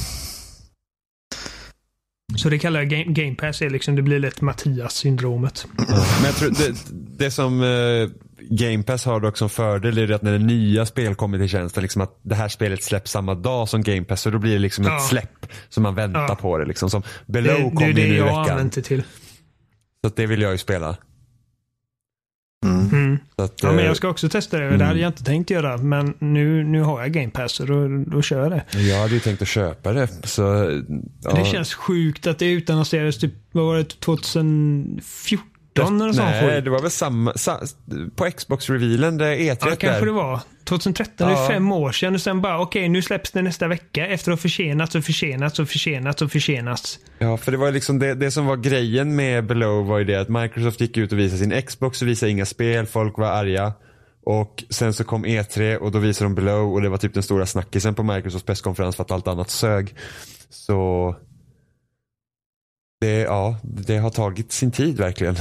S3: Så det kallar jag Game, Game Pass är liksom, det blir lätt Mattias-syndromet.
S1: Mm. Men jag tror det, det som uh, Game Pass har dock som fördel är att när det nya spel kommer till tjänsten liksom att det här spelet släpps samma dag som Game Pass, så då blir det liksom ja. ett släpp som man väntar ja. på det liksom, som Below det, kommer
S3: det
S1: ju nu i veckan.
S3: Det är det jag använder till.
S1: Så att det vill jag ju spela.
S3: Mm. Mm. Så att, ja, men jag ska också testa det. Mm. Det hade jag inte tänkt göra. Men nu, nu har jag Game Pass och då, då kör jag det.
S1: Jag hade ju tänkt att köpa det. Så, ja.
S3: Det känns sjukt att det utannonserades typ, vad var det, tjugohundrafjorton eller sånt?
S1: Nej, det var väl samma sa, på Xbox-revealen där E tre
S3: ja, kanske
S1: där.
S3: det var. tjugohundratretton, ja. Det är fem år sedan och sen bara, okej, okay, nu släpps det nästa vecka efter att ha försenats och försenats och försenats och försenats.
S1: Ja, för det var liksom det, det som var grejen med Below var ju det att Microsoft gick ut och visade sin Xbox och visade inga spel, folk var arga. Och sen så kom E tre och då visade de Below och det var typ den stora snackisen på Microsofts presskonferens för att allt annat sög. Så det, ja, det har tagit sin tid verkligen.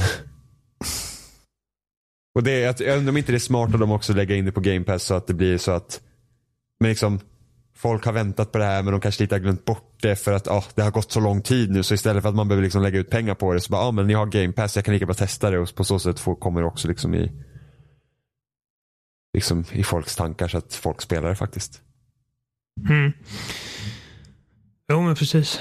S1: Och det är att, jag undrar om inte det är smart att de också lägga in det på Game Pass så att det blir så att men liksom folk har väntat på det här men de kanske lite har glömt bort det för att ah, det har gått så lång tid nu, så istället för att man behöver liksom lägga ut pengar på det så bara, ja ah, men ni har Game Pass, jag kan lika bra testa det och på så sätt få, kommer det också liksom i liksom i folks tankar så att folk spelar det faktiskt.
S3: Mm. Jo men precis.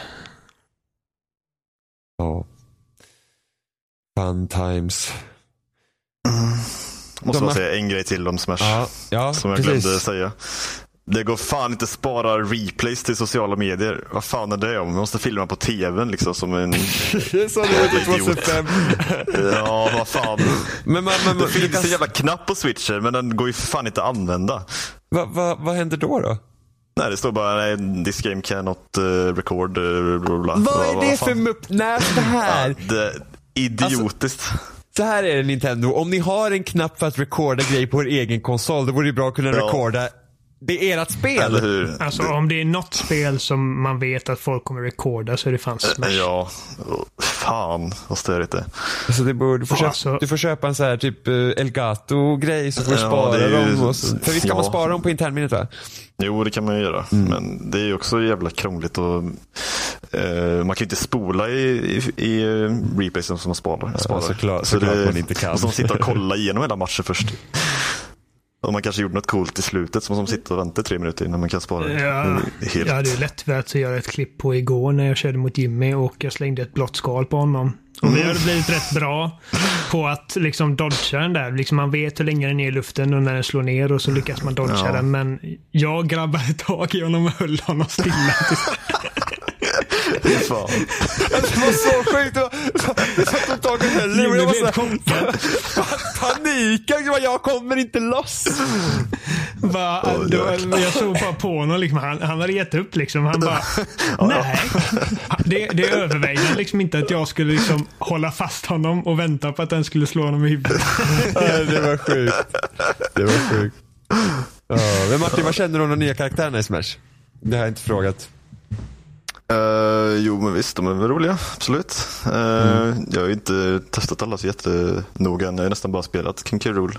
S1: Ja. Fun times.
S2: Mm. Måste man säga en grej till om Smash
S1: ja, ja,
S2: som jag
S1: precis.
S2: glömde säga. Det går fan inte spara replays till sociala medier. Vad fan är det om? Man måste filma på tvn liksom som en
S1: så det tjugohundrafem.
S2: Ja, vad fan. Men man, man, det finns kan... en jävla knapp på switcher men den går ju fan inte att använda.
S1: Va, va, vad händer då då?
S2: Nej, det står bara this game cannot uh, record uh, bla bla.
S1: Vad är det vad för muppnät det här?
S2: Ja, det idiotiskt.
S1: Alltså... Så här är det Nintendo, om ni har en knapp för att recorda grejer på er egen konsol, då vore det bra att kunna ja. recorda Det är ert spel.
S2: Eller hur?
S3: Alltså om det är något spel som man vet att folk kommer rekorda så är det fan Smash.
S2: Ja, fan vad störigt det.
S1: Alltså det borde, du, får köpa,
S3: alltså,
S1: du får köpa en så här typ Elgato-grej så får du
S2: Ja,
S1: spara
S2: det är ju-
S1: dem. Och så, för visst kan
S2: ja.
S1: man spara dem på internminnet va?
S2: Jo, det kan man ju göra. Mm. Men det är ju också jävla krångligt och eh, man kan ju inte spola i, i, i replays som man sparar. sparar.
S1: Ja, såklart,
S2: så
S1: såklart
S2: det,
S1: man inte kan.
S2: Och som sitter och kollar igenom hela matchen först. Och man kanske gjorde något coolt i slutet som som sitter och väntar tre minuter innan man kan spara.
S3: Ja,
S2: Helt...
S3: jag hade ju lätt att göra ett klipp på igår när jag körde mot Jimmy och jag slängde ett blått skal på honom. Och vi hade blivit rätt bra på att liksom dodga den där. Liksom man vet hur länge den är i luften och när den slår ner och så lyckas man dodga
S2: Ja.
S3: den. Men jag grabbade tag i honom och höll honom stilla.
S2: Fan.
S1: Det var så sjukt. Jag satt och tagit heller.
S3: Jimmy
S1: Jag var
S3: blev
S1: så
S3: chockad.
S1: panik. Jag kommer inte loss.
S3: Bara,
S2: Oj,
S3: då,
S2: jäklar.
S3: jag såg bara på honom. Liksom, han, han hade gett upp. Liksom. Han bara, nej. Det, det övervägde liksom inte att jag skulle liksom hålla fast honom och vänta på att den skulle slå honom i huvudet.
S1: Ja, det var sjukt. Det var sjukt. Ja, men Martin, vad känner du om de nya karaktärerna i Smash? Det har jag inte frågat.
S2: Uh, jo, men visst, de är väl roliga, absolut. Uh, mm. Jag har ju inte testat alla så jättenoga än. Jag har nästan bara spelat King K. Rool.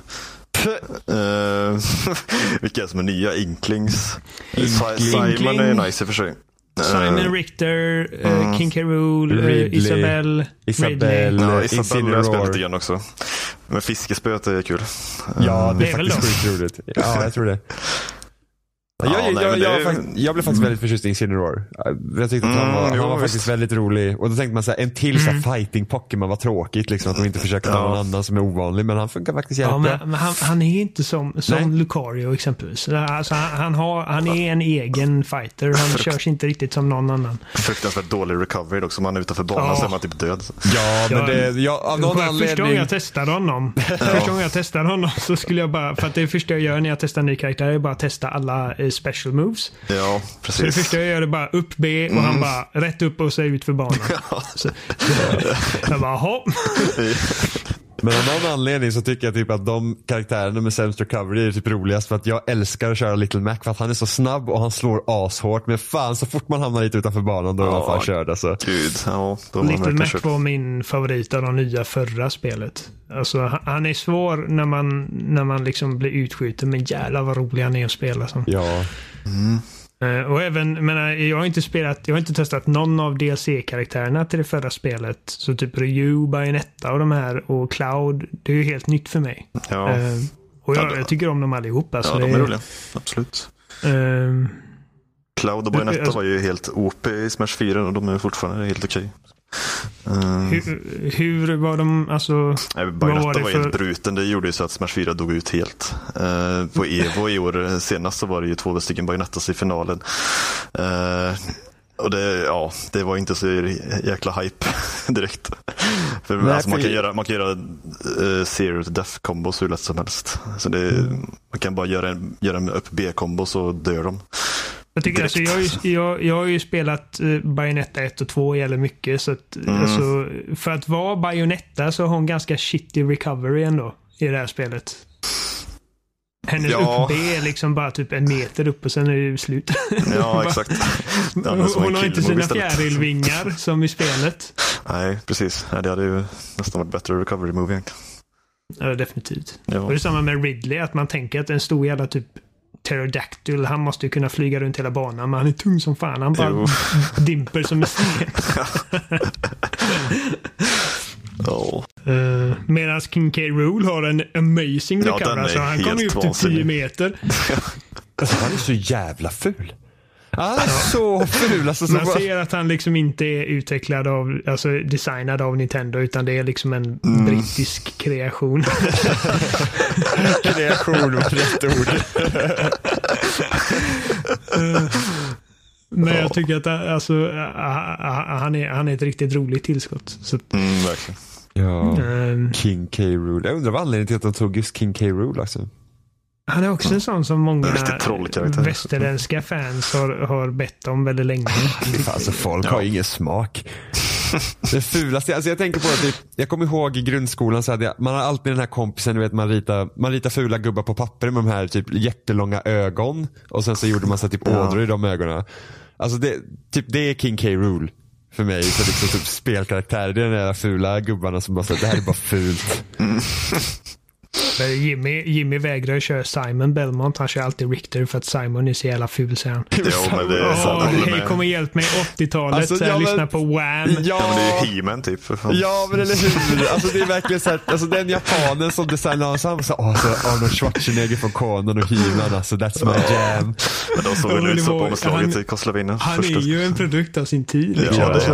S2: Uh, vilka som är nya? Inklings.
S3: Inkling.
S2: Simon är nice i och för sig.
S3: Simon Richter, uh,
S2: mm.
S3: King K. Rool, uh, Isabelle,
S1: Isabelle,
S2: ja, Isabelle har jag spelat lite
S1: Incineroar.
S2: grann också. Men fiskespöet är kul.
S1: Ja, det
S3: Det
S1: är
S3: är väl
S1: faktiskt sjukt roligt. Ja, jag tror det.
S2: Ja,
S1: jag,
S2: nej,
S1: jag,
S2: men
S1: jag,
S2: det-
S1: jag, fakt- jag blev faktiskt väldigt förtjust i Incineroar. Jag tyckte att han
S2: Mm,
S1: var, han
S2: jo,
S1: var
S2: visst.
S1: faktiskt väldigt rolig. Och då tänkte man så här, en till så här fighting Pokémon var tråkigt liksom, att de inte försöker ta
S2: Ja.
S1: någon annan som är ovanlig, men han funkar faktiskt
S3: Ja,
S1: jävligt bra.
S3: men, men han, han är inte som, som
S1: Nej.
S3: Lucario exempelvis. Alltså, han, han, har, han är en egen fighter. Han körs inte riktigt som någon annan.
S2: Fruktansvärt dålig recovery också. Man är utanför banan
S3: Ja.
S2: så är man typ död.
S1: Ja, men
S3: Ja,
S1: det, jag, av någon
S3: Första gången
S1: anledning...
S3: jag testade honom Första gången jag testade honom så skulle jag bara, för att det första jag gör när jag testar en ny karaktär är bara att testa alla eh, special moves.
S2: Ja,
S3: Så det
S2: precis.
S3: första jag gör är bara upp B och han bara rätt upp och så ut för banan. Så, jag bara, hopp.
S1: Men av någon anledning så tycker jag typ att de karaktärerna med sämst recovery är typ roligast, för att jag älskar att köra Little Mac för att han är så snabb och han slår ashårt, men fan så fort man hamnar lite utanför banan då är man
S2: Ja.
S1: fan körd alltså.
S2: Gud, ja. Då var man
S3: Little
S2: verkligen
S3: Mac
S2: kört.
S3: var min favorit av de nya förra spelet. Alltså han- han är svår när man, när man liksom blir utskjuten, men jävlar vad rolig han är att spela som.
S1: Ja.
S3: Eh, och även, men jag har inte spelat, jag har inte testat någon av D L C-karaktärerna till det förra spelet. Så typ Ryu, Bayonetta och de här och Cloud, det är ju helt nytt för mig.
S2: Ja,
S3: Eh, och jag,
S2: Ja, det-
S3: jag tycker om dem allihopa.
S2: ja
S3: Så
S2: de
S3: det,
S2: är roliga. Absolut.
S3: ehm,
S2: Cloud och Bayonetta
S3: Alltså-
S2: var ju helt O P i Smash fyra och de är fortfarande helt okej. Uh,
S3: hur, hur var de, alltså...
S2: nej,
S3: vad var
S2: Bayonetta
S3: det
S2: var,
S3: för-
S2: helt bruten. Det gjorde ju så att Smash fyra dog ut helt. Uh, på Evo i år eh, senast så var det ju två stycken Bayonettas i finalen. Uh, och det, ja, det var inte så jäkla hype direkt. För,
S1: Nej,
S2: alltså, man
S1: för-
S2: kan göra, man kan göra uh, zero to death combos hur lätt som helst. Så det, man kan bara göra en, göra en upp B-kombo så dör de.
S3: Jag, tycker, alltså, jag, har ju, jag, jag har ju spelat eh, Bayonetta ett och två jävligt mycket. Så att,
S2: Mm.
S3: alltså, för att vara Bayonetta så har hon ganska shitty recovery ändå i det här spelet. Hennes
S2: Ja.
S3: upp B är liksom bara typ en meter upp och sen är det slut.
S2: Ja, exakt. Det är som en
S3: Hon har inte
S2: killmove
S3: sina
S2: istället.
S3: fjärilvingar som i spelet.
S2: Nej, precis. Nej, det hade ju nästan varit bättre recovery move egentligen.
S3: Ja, definitivt.
S2: Ja.
S3: Och det är samma med Ridley, att man tänker att en stor jävla typ Pterodactyl, han måste ju kunna flyga runt hela banan, men han är tung som fan. Han bara
S2: Jo.
S3: dimper som en sten.
S2: Ja.
S3: Uh, Medan King K. Rool har en amazing
S2: Ja,
S3: recovery.
S2: den är
S3: Alltså, han
S2: helt
S3: kommer ju upp till
S2: vansinnig.
S3: tio meter.
S1: Alltså han är så jävla ful. Han är så ful. Alltså, så
S3: Man
S1: bara...
S3: ser att han liksom inte är utvecklad av, alltså designad av Nintendo, utan det är liksom en
S2: Mm.
S3: brittisk kreation.
S1: Kreation var rätt ord.
S3: Men jag tycker att alltså, han, är, han är ett riktigt roligt tillskott. Så,
S2: Mm, verkligen.
S1: Ja.
S3: ehm,
S1: King K. Rool. Jag undrar vad anledningen till att de tog just King K. Rool alltså.
S3: han är också en sån som många
S2: Riktigt trollkaraktär.
S3: västerländska fans har, har bett om väldigt länge.
S1: Alltså folk
S2: Ja.
S1: har ingen smak. Det fulaste, alltså jag tänker på att det, jag kommer ihåg i grundskolan så hade jag, man har alltid den här kompisen, du vet, man ritar, man ritar fula gubbar på papper med de här typ jättelånga ögon och sen så gjorde man så typ ådror i de ögonen. Alltså det, typ det är King K. Rool för mig, så liksom typ spelkaraktär, det är den där fula gubbarna som bara säger det här är bara fult. Mm.
S3: Jimmy, Jimmy vägrar köra Simon Belmont. Han kör alltid Richter för att Simon är så jävla ful, säger han.
S2: Jo, men det är sant.
S3: Hej, kom och hjälp mig åttiotalet.
S1: Alltså,
S3: så jag
S1: ja,
S3: lyssnar
S1: men,
S3: på Wham.
S1: Ja,
S2: ja, men det är ju He-Man typ. För fan.
S1: Ja, men eller hur? Alltså det är verkligen så här, alltså den japanen som designar honom så, så åh, så Arnold Schwarzenegger från Conan och He-Man, alltså that's my jam.
S2: Men de såg väl ut så på omslaget i Koslavina.
S3: Han första. är ju en produkt av sin tid. Liksom.
S2: Ja, det
S3: alltså,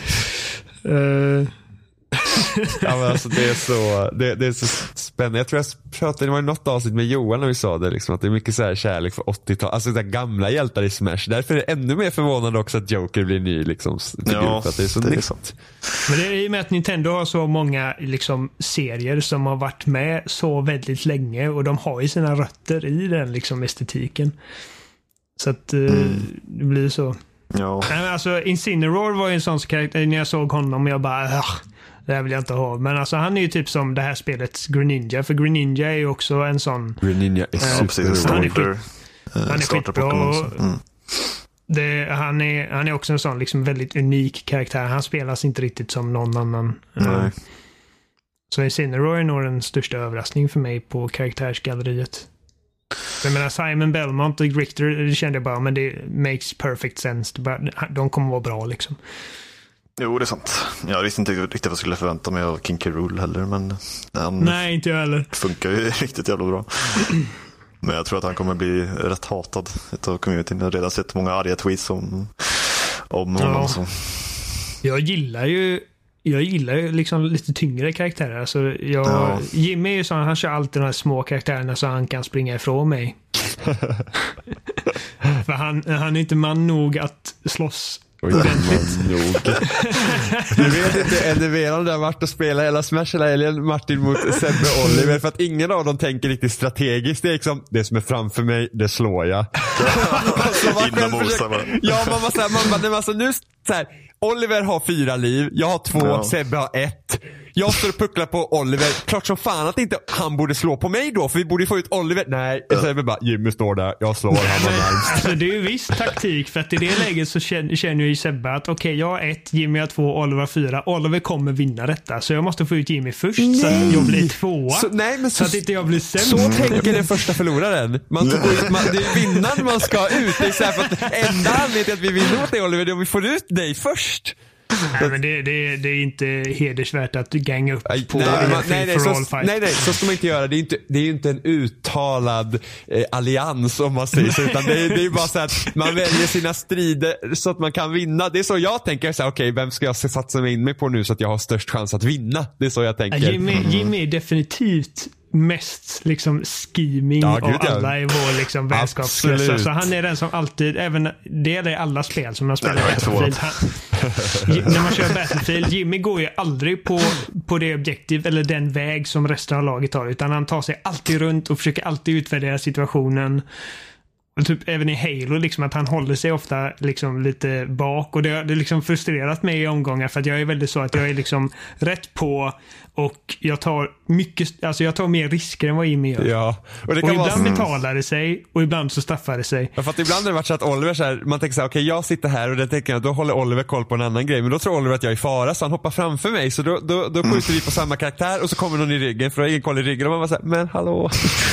S2: är
S3: uh,
S1: ja, men alltså det är så det, det är så spännande. Jag tror jag pratade, det var något avsnitt med Johan när vi sa det liksom, att det är mycket så här kärlek för åttiotal, alltså det gamla hjältar i Smash. Därför är det ännu mer förvånande också att Joker blir ny liksom,
S2: ja,
S1: för att det är så
S2: det
S1: nytt.
S2: Är sant.
S3: Men det är i och med att Nintendo har så många liksom serier som har varit med så väldigt länge, och de har ju sina rötter i den liksom estetiken. Så att uh, mm. det blir så.
S2: Ja.
S3: Alltså Incineroar var ju en sån karaktär, när jag såg honom och jag bara det här vill jag inte ha. Men alltså han är ju typ som det här spelets Greninja. För Greninja är ju också en sån...
S1: Greninja är
S2: äh, super.
S3: Han är, skit, han är skitbra.
S2: Mm.
S3: Det, han, är, han är också en sån liksom väldigt unik karaktär. Han spelas inte riktigt som någon annan.
S2: Nej.
S3: Så Incineroar är nog den största överraskningen för mig på karaktärsgalleriet. Jag menar Simon Belmont och Richter, det kände jag bara, men det makes perfect sense. De kommer vara bra liksom.
S2: Jo, det är sant. Jag visste inte riktigt vad jag skulle förvänta mig av King K. Rool heller, men han
S3: Nej, inte jag heller.
S2: Funkar ju riktigt jävla bra. Men jag tror att han kommer bli rätt hatad av communityn. Jag har redan sett många arga tweets om, om
S3: ja.
S2: honom. Så.
S3: Jag gillar ju Jag gillar ju liksom lite tyngre karaktärer. Alltså jag, ja. Jimmy är ju sån, han kör alltid de här små karaktärerna så han kan springa ifrån mig. För han, han är inte man nog att slåss.
S1: Oj, man nog. Du vet inte, är det velan där varit och spela hela Smash hela helgen, Martin mot Sebbe och Oliver, för att ingen av dem tänker riktigt strategiskt. Det är liksom, det som är framför mig, det slår jag.
S2: Innan försöker,
S1: ja, man var såhär, man bara, nej, alltså, nu så här, Oliver har fyra liv, jag har två, ja. Sebbe har ett. Jag står och pucklar på Oliver. Klart som fan att inte han borde slå på mig då, för vi borde få ut Oliver. Nej, ja. Sebbe bara, Jimmy står där, jag slår, han var närmst.
S3: Alltså det är ju viss taktik, för att i det läget så känner, känner ju Sebbe att okej, okay, jag har ett, Jimmy har två, Oliver har fyra. Oliver kommer vinna detta, så jag måste få ut Jimmy först. Nej. Så att jag blir tvåa. Så, nej, men så, så att inte jag blir sämst.
S1: Så tänker den första förloraren. Man ska gå ut, man, det är vinnaren man ska ut. Det är så här, för att enda anledningen till att vi vinner mot dig, Oliver, det är om vi får ut dig först.
S3: Nej, men det, det, det är inte hedersvärt att gänga upp
S1: nej,
S3: på
S1: nej,
S3: nej,
S1: nej, nej, så, nej, nej, så ska man inte göra. Det är inte, det är inte en uttalad eh, allians, om man säger så, utan det är, det är bara så att man väljer sina strider så att man kan vinna. Det är så jag tänker, så här, okej, vem ska jag satsa mig in mig på nu så att jag har störst chans att vinna? Det är så jag tänker.
S3: Jimmy, Jimmy är definitivt mest liksom scheming
S1: ja,
S3: och
S1: gud, ja.
S3: alla är vår liksom vänskapslösa. Så han är den som alltid, även det är det i alla spel som man spelar Battlefield. Han, när man kör Battlefield, Jimmy går ju aldrig på, på det objektiv eller den väg som resten av laget tar, utan han tar sig alltid runt och försöker alltid utvärdera situationen. Och typ även i Halo liksom, att han håller sig ofta liksom lite bak, och det har det liksom frustrerat mig i omgångar, för att jag är väldigt så att jag är liksom rätt på, och jag tar mycket, alltså jag tar mer risker än vad Jimmy gör.
S1: Ja. Och, det kan
S3: och
S1: vara
S3: ibland
S1: så...
S3: betalar det sig och ibland så staffar det sig.
S1: Ja, för att ibland har det varit så att Oliver så här, man tänker så här, okej, okay, jag sitter här och det tänker jag, då håller Oliver koll på en annan grej, men då tror Oliver att jag är i fara, så han hoppar framför mig, så då, då, då skjuter vi på samma karaktär och så kommer någon i ryggen, för jag har ingen koll i ryggen, och man bara så här, men hallå.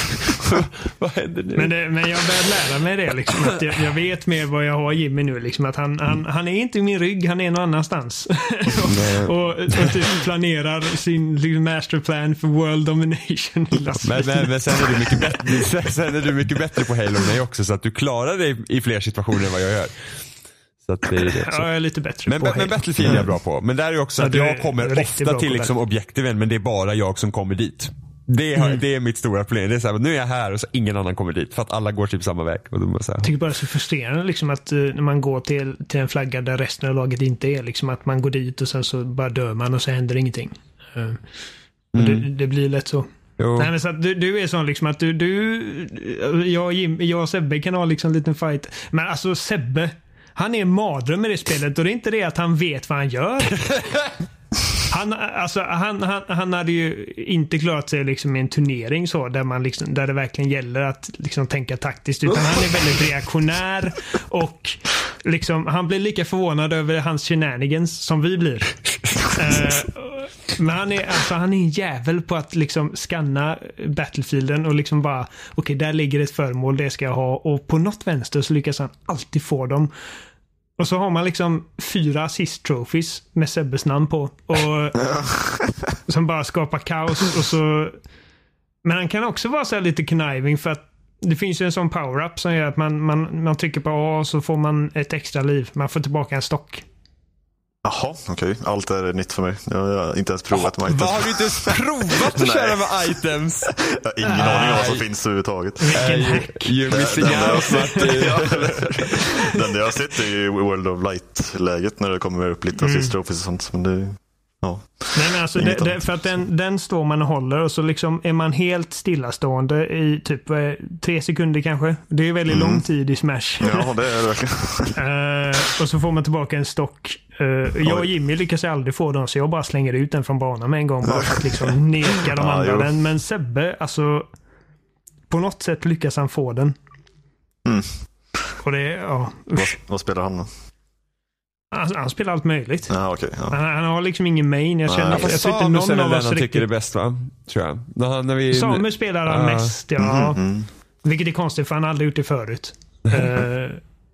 S1: Vad händer nu?
S3: Men, det, men jag börjar lära mig det liksom, att jag, jag vet mer vad jag har Jimmy nu liksom, att han, han, han är inte i min rygg, han är någon annanstans. och, och, och typ planerar sin liksom, masterplan för world domination.
S1: men, men, men sen är du mycket bättre, sen är du mycket bättre på Halo än mig också, så att du klarar dig i fler situationer än vad jag gör. Så att det är det. Så.
S3: Ja, jag är lite bättre
S1: men,
S3: på
S1: Men, men Battlefield är jag bra på. Men där är ju också
S3: ja,
S1: att jag kommer ofta till liksom objektiven, men det är bara jag som kommer dit. Det är, mm. det är mitt stora problem. Det är så här, nu är jag här och så ingen annan kommer dit, för att alla går typ samma väg. Och då så här.
S3: Jag tycker bara det är så frustrerande liksom, att uh, när man går till, till en flagga där resten av laget inte är, liksom, att man går dit och sen så bara dör man och så händer ingenting. Uh, och mm. det, det blir lätt så. Nej, men så att du, du är sån liksom att du, du jag, Jim, jag och Sebbe kan ha liksom en liten fight. Men alltså Sebbe, han är en mardröm i det spelet och det är inte det att han vet vad han gör. Han, alltså, han, han, han hade ju inte klarat sig liksom i en turnering så, där, man liksom, där det verkligen gäller att liksom tänka taktiskt, utan han är väldigt reaktionär och liksom, han blir lika förvånad över hans shenanigans som vi blir. uh, men han är, alltså, han är en jävel på att liksom scanna battlefielden och liksom bara, okej, okay, där ligger ett föremål, det ska jag ha, och på något vänster så lyckas han alltid få dem. Och så har man liksom fyra assist trophies med Sebbes namn på. Och som bara skapar kaos. Och så... Men han kan också vara så här lite conniving, för att det finns ju en sån power-up som gör att man, man, man trycker på A och så får man ett extra liv. Man får tillbaka en stock.
S2: Jaha, okej. Okay. Allt är nytt för mig. Jag har inte ens provat med items.
S1: Vad har du inte ens provat att köra med items?
S2: Jag har ingen aning om vad som finns överhuvudtaget.
S3: Vilken hack.
S1: You're missing out.
S2: Den jag har sett är ju World of Light-läget när det kommer upp lite assist trophies och sånt. Men det, ja.
S3: Nej, men alltså det, det, för att den, den står man och håller och så liksom är man helt stillastående i typ tre sekunder kanske. Det är väldigt mm. lång tid i Smash.
S2: Ja, det är det verkligen.
S3: uh, och så får man tillbaka en stock. Uh, jag och Jimmy lyckas aldrig få den, så jag bara slänger ut den från banan med en gång bara för att liksom neka de andra ja, den. Men Sebbe, alltså på något sätt lyckas han få den.
S2: Mm.
S3: Och det, ja.
S2: Vad, vad spelar han då?
S3: Han, han spelar allt möjligt.
S2: Ja, okay, ja.
S3: han, han har liksom ingen main. Jag känner,
S1: ja,
S3: jag tror inte någon av oss
S1: han
S3: riktigt...
S1: tycker det är bäst, va? Tror jag. När han, när vi...
S3: Samuel spelar han uh. mest, ja. Mm, mm. Vilket är konstigt, för han har aldrig gjort det förut. uh,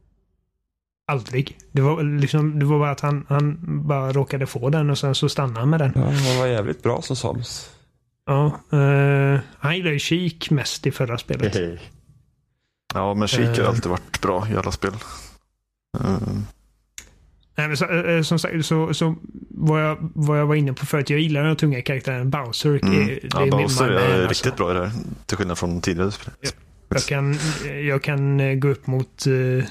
S3: aldrig. Det var, liksom, det var bara att han, han bara råkade få den och sen så stannade han med den.
S1: Ja, han var jävligt bra som Sams.
S3: Ja. Uh, han gillade ju Sheik mest i förra spelet.
S2: Hey. Ja, men Sheik har uh. alltid varit bra i alla spel. Uh.
S3: Nej, men så, äh, som sagt, så, så vad, jag, vad jag var inne på förut, jag gillar den tunga karaktären Bowser.
S2: Mm.
S3: Det,
S2: ja,
S3: det är
S2: Bowser är
S3: är
S2: riktigt alltså. Bra i det här, till skillnad från tidigare spel.
S3: Jag, jag, kan, jag kan gå upp mot uh,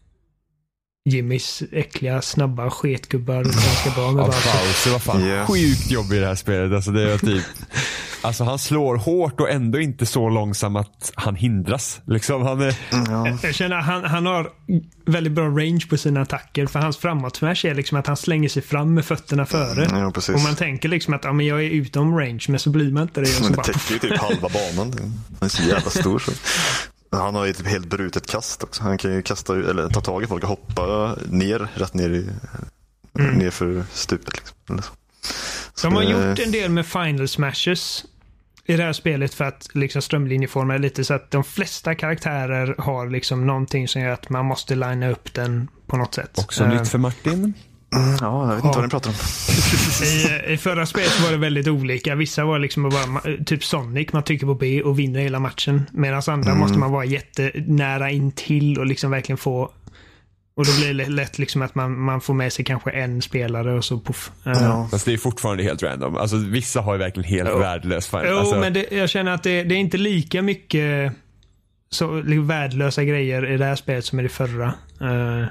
S3: Jimmys äckliga, snabba sketgubbar ganska bra med
S1: ja, Bowser var fan yeah. sjukt jobbig i det här spelet. Alltså, det är typ, alltså han slår hårt och ändå inte så långsam att han hindras. Liksom, han är...
S3: ja. jag, jag känner han, han har väldigt bra range på sina attacker, för hans framåt-smash är liksom att han slänger sig fram med fötterna före.
S2: Mm, ja, precis.
S3: Och man tänker liksom att ja, men jag är utom range, men så blir man inte det.
S2: Men det
S3: bara...
S2: täcker ju typ halva banan. Han är så jävla stor. Så. Han har ju ett helt brutet kast också. Han kan ju kasta, eller ta tag i folk och hoppa ner, rätt ner i, mm. ner för stupet. Liksom. Eller så. Så
S3: de har
S2: det...
S3: gjort en del med final smashes i det här spelet för att liksom strömlinjeforma lite, så att de flesta karaktärer har liksom någonting som gör att man måste linea upp den på något sätt.
S1: Också uh, nytt för Martin.
S2: Mm, ja, jag vet inte ja. vad ni pratar om.
S3: I, I förra spelet var det väldigt olika. Vissa var liksom bara typ Sonic, man trycker på B och vinner hela matchen. Medan andra mm. måste man vara jättenära in till och liksom verkligen få. Och då blir det lätt liksom att man, man får med sig kanske en spelare och så puff.
S1: Ja. Fast det är fortfarande helt random. Alltså vissa har ju verkligen helt oh. värdelös fan.
S3: Jo,
S1: alltså...
S3: men det, jag känner att det, det är inte lika mycket så liksom, värdelösa grejer i det här spelet som i det förra. Uh...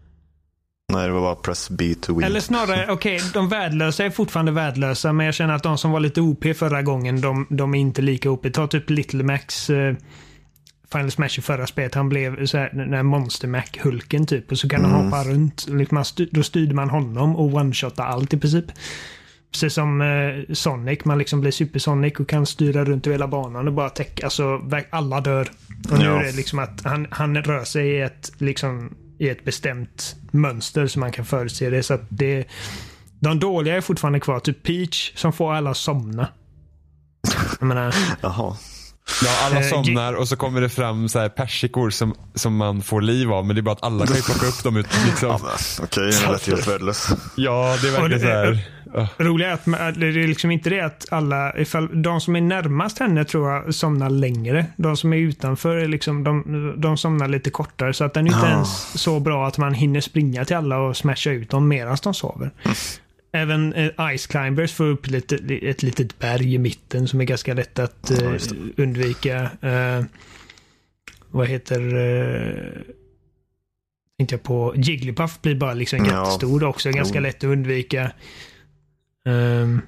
S2: Nej, det var bara press B to win.
S3: Eller snarare, okej, okay, de värdelösa är fortfarande värdelösa, men jag känner att de som var lite O P förra gången, de, de är inte lika O P. Ta typ Little Max uh, Final Smash i förra spelet. Han blev så här, den här Monster Mac-hulken typ, och så kan mm. han hoppa runt. Man styr, då styrde man honom och one-shotta allt i princip. Precis som uh, Sonic, man liksom blir Super Sonic och kan styra runt i hela banan och bara täcka, alltså alla dör. Och nu ja. är det liksom att han, han rör sig i ett liksom i ett bestämt mönster som man kan förutse det, så att det, de dåliga är fortfarande kvar, typ Peach som får alla somna. Jag menar,
S2: jaha.
S1: Ja, alla somnar och så kommer det fram så här persikor som, som man får liv av, men det är bara att alla kan ju plocka upp dem ut liksom.
S2: Ja, okej, okay, det är helt värdelös.
S1: Ja, det är verkligen så här.
S3: Uh. Roliga är att det är liksom inte det att alla, ifall de som är närmast henne tror jag somnar längre. De som är utanför är liksom, de, de somnar lite kortare, så att den är inte uh. ens så bra att man hinner springa till alla och smasha ut dem medan de sover. Mm. Även eh, Ice Climbers får upp lite, ett litet berg i mitten som är ganska lätt att eh, undvika. Eh, vad heter eh, inte jag på Jigglypuff blir bara liksom ja. jättestor också, mm. ganska lätt att undvika. Um,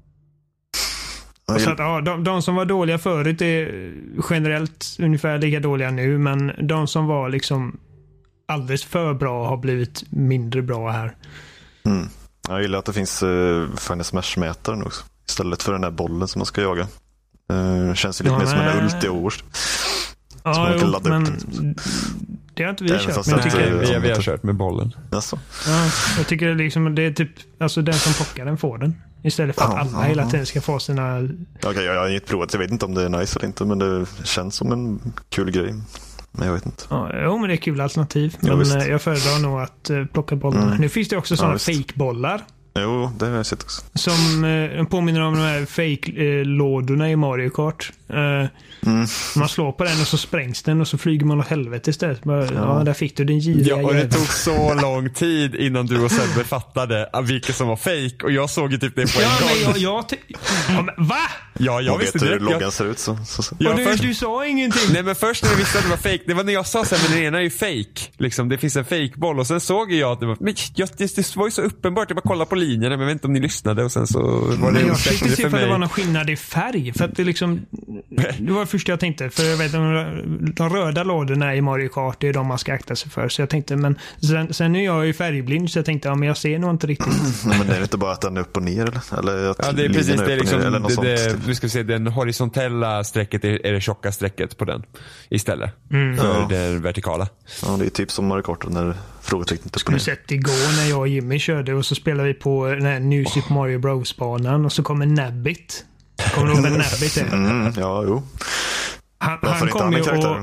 S3: så att, ja, de, de som var dåliga förut är generellt ungefär lika dåliga nu, men de som var liksom alldeles för bra har blivit mindre bra här.
S2: Mm. Jag gillar att det finns uh, Final Smash-mätaren också. Istället för den där bollen som man ska jaga. Uh, känns ju lite ja, mer som en ult i år.
S3: Ja, jo, men det har inte vi det kört. Men jag tycker,
S1: nej, vi, vi har kört med bollen.
S2: Alltså.
S3: Ja, jag tycker det, liksom, det är typ alltså den som plockar den får den. Istället för att ja, alla ja, hela tiden ska få sina...
S2: Okej, okay, jag har inget provat. Jag vet inte om det är nice eller inte. Men det känns som en kul grej. Men jag vet inte.
S3: Ja, jo, men det är kul alternativ. Men
S2: ja,
S3: jag föredrar nog att uh, plocka bollarna. Mm. Nu finns det också sådana ja, fake-bollar.
S2: Jo, det har jag sett också.
S3: Som eh, påminner om de här fake-lådorna eh, i Mario Kart. Eh, mm. Man slår på den och så sprängs den och så flyger man åt helvete istället. Bara, ja. ja, där fick du din giriga
S1: Ja, och det tog så lång tid innan du och Sebbe fattade vilka som var fake. Och jag såg ju typ det på en
S3: ja,
S1: gång.
S3: Men jag, jag t- ja, men, va?
S1: Ja, jag visste
S2: vet
S1: det.
S2: hur loggan ser ut så. så, så.
S3: Ja,
S1: ja,
S3: du,
S1: först,
S3: du sa ingenting.
S1: Nej, men först när jag visste att det var fake, det var när jag sa så här, men den ena är ju fake. Liksom, det finns en fake-boll. Och sen såg jag att det var, men jag, det, det var ju så uppenbart. Jag bara kollade på linjerna, men jag vet inte om ni lyssnade. Och sen så var det
S3: men jag försökte se
S1: för
S3: för att det var någon skillnad i färg. För att det liksom, det var det första jag tänkte. För jag vet, de, de röda lådorna i Mario Kart, det är de man ska akta sig för. Så jag tänkte, men sen, sen är jag ju färgblind, så jag tänkte, ja men jag ser nog inte riktigt.
S2: Men det är inte bara att den är upp och ner, eller? eller att
S1: ja, det är precis
S2: är
S1: det. Är liksom,
S2: ner, eller något
S1: det,
S2: sånt,
S1: det
S2: typ.
S1: vi ska se, den horisontella strecket är, är det tjocka strecket på den istället. Mm. För
S2: ja.
S1: det vertikala.
S2: Ja, det är typ som Mario Kart när frågetecknet upp och ner.
S3: Du sett igår när jag och Jimmy körde och så spelade vi på den här New Super Mario Bros-banan och så kommer Nabbit. Kommer du ihåg vem Nabbit är?
S2: Mm, ja, jo.
S3: Han, han kom ju och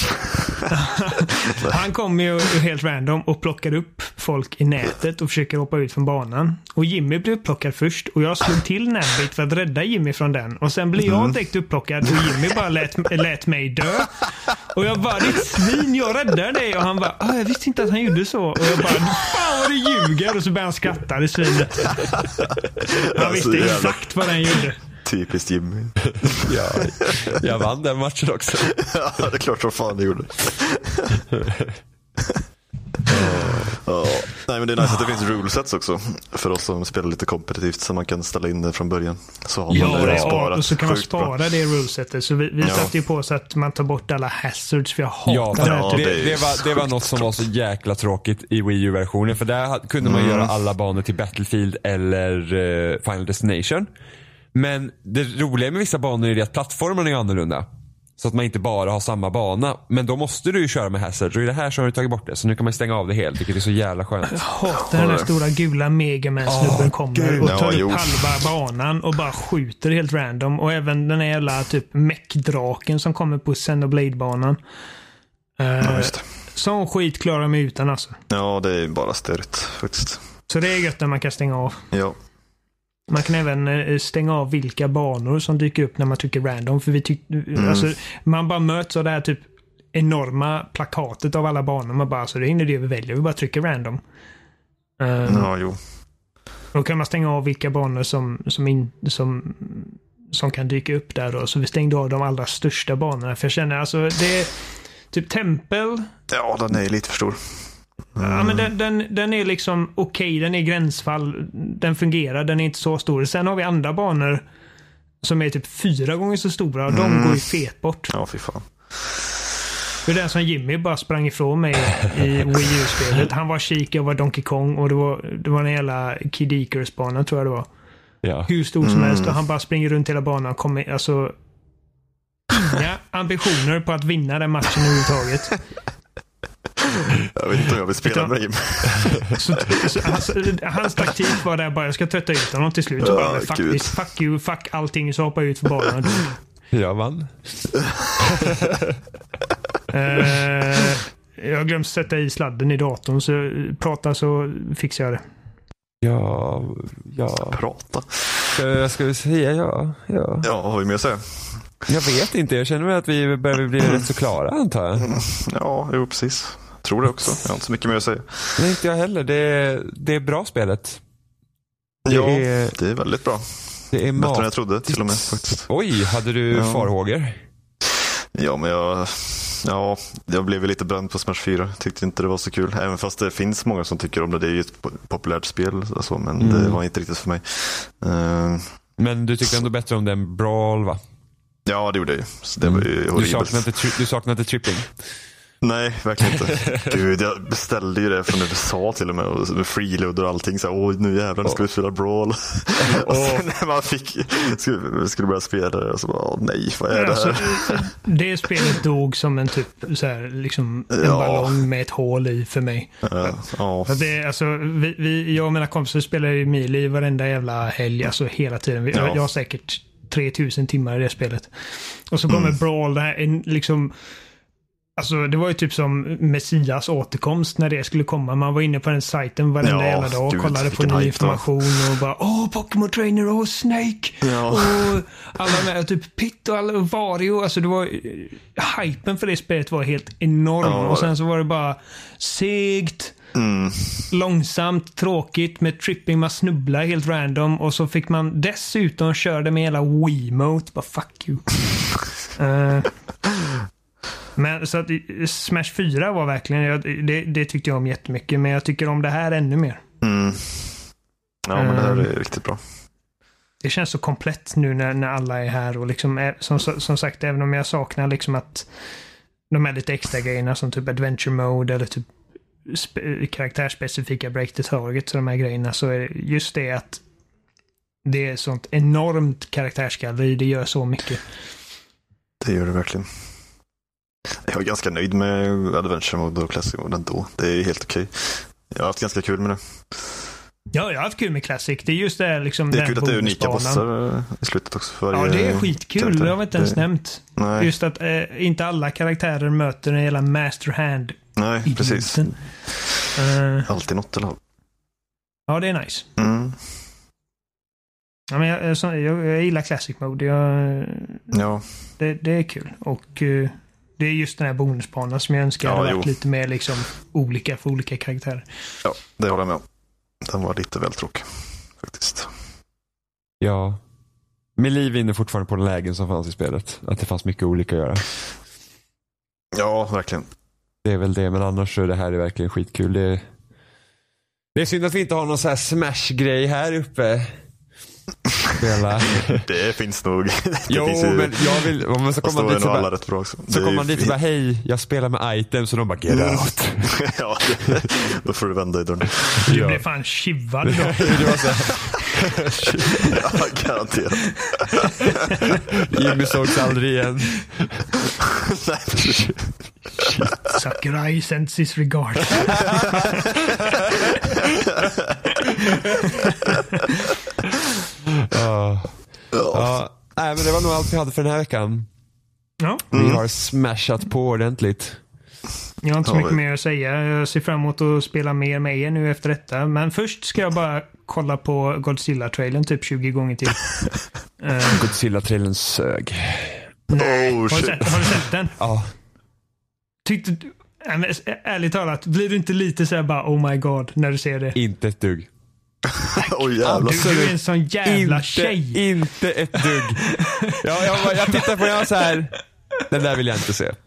S3: han kom ju helt random och plockade upp folk i nätet och försöker hoppa ut från banan. Och Jimmy blev upplockad först och jag slog till Nabbit för att rädda Jimmy från den. Och sen blev jag direkt upplockad och Jimmy bara lät, lät mig dö. Och jag bara, ditt svin, jag räddar dig. Och han bara, jag visste inte att han gjorde så. Och jag bara, fan vad du ljuger. Och så började han skratta, det svinet. Han visste exakt vad han gjorde.
S2: Typiskt Jimmy.
S1: Ja, jag vann den matchen också.
S2: Ja, det är klart som fan det gjorde. Ja. Nej, men det är nice att det finns rulesets också för oss som spelar lite kompetitivt, så man kan ställa in det från början. Så har man
S3: ja,
S2: det sparat.
S3: Och så kan man
S2: Sjukt
S3: spara
S2: bra.
S3: det rulesetet. Så vi, vi
S2: ja.
S3: satte ju på så att man tar bort alla hazards, för jag hatar
S1: ja,
S3: det,
S1: ja, det, det, det var, det var något som var så jäkla tråkigt i Wii U-versionen. För där kunde man mm. göra alla banor till Battlefield eller uh, Final Destination. Men det roliga med vissa banor är att plattformarna är annorlunda. Så att man inte bara har samma bana. Men då måste du ju köra med hazards. Och i det här så har du tagit bort det. Så nu kan man stänga av det helt, vilket är så jävla skönt.
S3: Jag hatar den där stora gula Megaman-snubben oh, kommer Gud. och tar ja, upp halva banan och bara skjuter helt random. Och även den här jävla typ mech-draken som kommer på Xenoblade-banan. Uh, ja, just det. Sån skit klarar mig utan alltså.
S2: Ja, det är bara störigt faktiskt.
S3: Så det är gött när man kan stänga av.
S2: Ja.
S3: Man kan även stänga av vilka banor som dyker upp när man trycker random. För vi tyck, mm. alltså, man bara möts av det här typ enorma plakatet av alla banor. Man bara, så det hinner det vi väljer. Vi bara trycker random. Um,
S2: ja, jo.
S3: Då kan man stänga av vilka banor som, som, in, som, som kan dyka upp där då. Så vi stängde av de allra största banorna. För jag känner, alltså, det är typ tempel.
S2: Ja, den är lite för stor.
S3: Mm. Ja, men den, den, den är liksom okej, okay, den är gränsfall, den fungerar, den är inte så stor. Sen har vi andra banor som är typ fyra gånger så stora och mm. de går ju fet bort.
S2: Ja, fy fan.
S3: Det är den som Jimmy bara sprang ifrån mig i Wii U-spelet. Han var Chic, jag var Donkey Kong och det var, det var en hela Kid Icarus-banan tror jag det var.
S1: Ja.
S3: Hur stor som mm. helst och han bara springer runt hela banan och kommer, alltså inga ambitioner på att vinna den matchen överhuvudtaget.
S2: Jag vet inte om jag vill spela med Jim.
S3: Så, så, hans, hans taktik var där bara, jag ska trötta ut honom till slut. Så bara,
S2: ja,
S3: faktiskt, fuck you, fuck allting, så hoppar jag ut för banan.
S1: Jag vann.
S3: uh, jag har glömt sätta i sladden i datorn, så prata så fixar jag det.
S1: Ja, ja.
S2: Prata.
S1: Ska, ska vi säga ja? Ja,
S2: ja har vi mer att säga?
S1: Jag vet inte, jag känner mig att vi börjar bli rätt så klara, antar jag.
S2: Ja, jo, precis. Jag tror det också. Jag har inte så mycket mer att säga.
S1: Nej, inte jag heller. Det är, det är bra spelet.
S2: Det ja, är, det är väldigt bra.
S1: Det är
S2: bättre än jag trodde till och med faktiskt.
S1: Oj, hade du ja. farhågor?
S2: Ja, men jag... Ja, jag blev lite bränd på Smash fyra. Tyckte inte det var så kul. Även fast det finns många som tycker om det. Det är ju ett populärt spel. Alltså, men mm. det var inte riktigt för mig. Uh,
S1: men du tyckte ändå bättre om den Brawl, va?
S2: Ja, det gjorde jag ju. Så det var ju
S1: du, saknade, du saknade tripping.
S2: Nej, verkligen inte. Gud, jag beställde ju det från U S A till och med. Och med freeload och allting. Så åh, nu jävlar, nu ska vi spela Brawl. Och sen när man fick skulle, skulle börja spela det, och så bara, åh, nej, vad är det här?
S3: Alltså, det spelet dog som en typ så här, liksom en
S2: Ja.
S3: ballong med ett hål i för mig.
S2: Ja, ja.
S3: För det, alltså, vi, vi, jag och mina kompisar spelar ju Mili varenda jävla helg, alltså hela tiden. Vi,
S2: Ja.
S3: Jag har säkert tre tusen timmar i det spelet. Och så kommer
S2: Mm.
S3: Brawl, det här, en, liksom, alltså det var ju typ som Messias återkomst när det skulle komma. Man var inne på den sajten varenda
S2: Ja,
S3: jävla dag och
S2: gud,
S3: kollade på
S2: vilken
S3: ny
S2: hype då.
S3: information och bara åh, Pokémon Trainer och Snake
S2: Ja.
S3: och alla med, typ Pitt och alla, Vario. Alltså det var hypen för det spelet var helt enorm.
S2: Ja, var
S3: och sen
S2: det.
S3: så var det bara segt,
S2: Mm.
S3: långsamt, tråkigt med tripping, man snubblar helt random och så fick man dessutom köra det med hela Wiimote. Bara fuck you. uh, men så att Smash fyra var verkligen, jag, det, det tyckte jag om jättemycket, men jag tycker om det här ännu mer.
S2: Mm. Ja, men det här
S3: Mm.
S2: är riktigt bra.
S3: Det känns så komplett nu när, när alla är här och liksom är, som, som sagt, även om jag saknar liksom att de här lite extra grejerna som typ adventure mode eller typ spe, karaktärsspecifika break the target och de här grejerna, så är det just det att det är sånt enormt karaktärsgalleri, det gör så mycket.
S2: Det gör det verkligen. Jag är ganska nöjd med Adventure Mode och Classic Mode ändå. Det är helt okej. Jag har haft ganska kul med det.
S3: Ja, jag har haft kul med Classic. Det är just det här, liksom
S2: Det är
S3: den
S2: kul att det är unika
S3: bonusbanan.
S2: bossar i slutet också. För
S3: Ja,
S2: varje
S3: det är skitkul.
S2: karaktär.
S3: Det har vi inte ens
S2: det...
S3: nämnt.
S2: Nej,
S3: Just att eh, inte alla karaktärer möter en hela master hand.
S2: Nej precis.
S3: Uh,
S2: Alltid något eller
S3: ja, det är nice.
S2: mm.
S3: Ja, men jag, så, jag, jag gillar Classic Mode. Jag,
S2: Ja,
S3: det, det är kul. Och uh, det är just den här bonusbanan som jag önskar
S2: Ja,
S3: hade varit
S2: jo.
S3: lite mer liksom olika för olika karaktärer.
S2: ja, det håller jag med om. Den var lite väl tråkig faktiskt.
S1: Ja. Melee vinner fortfarande på den lägen som fanns i spelet. Att det fanns mycket olika att göra.
S2: Ja, verkligen.
S1: Det är väl det, men annars så är det här är verkligen skitkul. Det är, det är synd att vi inte har någon så här Smash-grej här uppe. Spela.
S2: Det finns nog. Det
S1: Jo,
S2: finns ju...
S1: men jag vill... Om man så kommer man dit så
S2: alla
S1: bara,
S2: rätt bra också.
S1: så kommer man dit och bara, hej, jag spelar med items, och de bara, get out.
S2: Ja, då får du vända i dörren.
S3: Du
S1: Ja.
S3: blev fan chivad då.
S1: Det var så här,
S2: Ja, garanterat.
S1: Jimmy sågs aldrig igen.
S2: Nej, precis.
S3: Sakurai sends his regard.
S1: Ja. Ja. Nej, men det var nog allt vi hade för den här veckan.
S3: Ja,
S1: Vi har smashat på ordentligt.
S3: jag har inte så
S2: Ja,
S3: mycket
S2: vi-
S3: mer att säga. Jag ser fram emot att spela mer med er nu efter detta. Men först ska jag bara kolla på Godzilla-trailern typ tjugo gånger till. Uh,
S1: Godzilla-trailern sög.
S3: nej.
S2: Oh,
S3: har, du
S2: shit.
S3: sett, har du sett den?
S1: Ja.
S3: Tyckte du... Nej, men, ärligt talat, blir du inte lite så här bara oh my god när du ser det?
S1: Inte ett dugg.
S2: Oj, jävlar.
S3: Du, du är en sån jävla
S1: Inte,
S3: tjej.
S1: inte ett dugg. Ja, jag, var- jag tittar på den och så här. Den där vill jag inte se.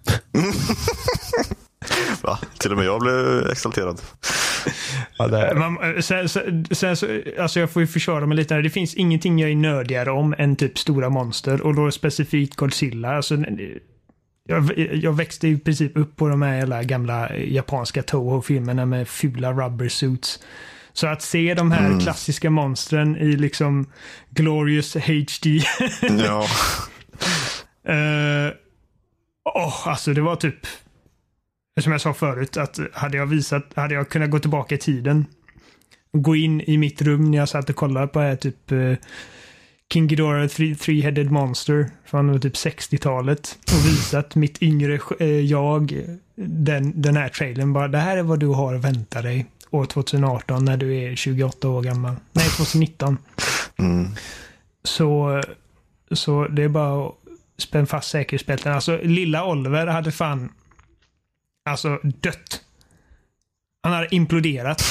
S2: Va? Till och med jag blev exalterad.
S1: Ja, det är.
S3: Man, sen, sen, sen så, alltså jag får ju försvara mig lite här. Det finns ingenting jag är nördigare om än typ stora monster och då specifikt Godzilla. Alltså, jag, jag växte i princip upp på de här alla gamla japanska Toho-filmerna med fula rubber suits. Så att se de här
S2: Mm.
S3: klassiska monstren i liksom glorious H D.
S2: Ja.
S3: uh, oh, alltså det var typ som jag sa förut, att hade jag visat, hade jag kunnat gå tillbaka i tiden och gå in i mitt rum när jag satt och kollade på det här typ uh, King Ghidorah three, Three-Headed Monster från typ sextiotalet och visat mitt yngre uh, jag den, den här trailern bara, det här är vad du har att vänta dig år tjugo arton när du är tjugoåtta år gammal. Nej, tjugo nitton.
S2: Mm.
S3: Så, så det är bara att spänna fast säkerhetsbälten. Alltså, lilla Oliver hade fan alltså dött. Han hade imploderat.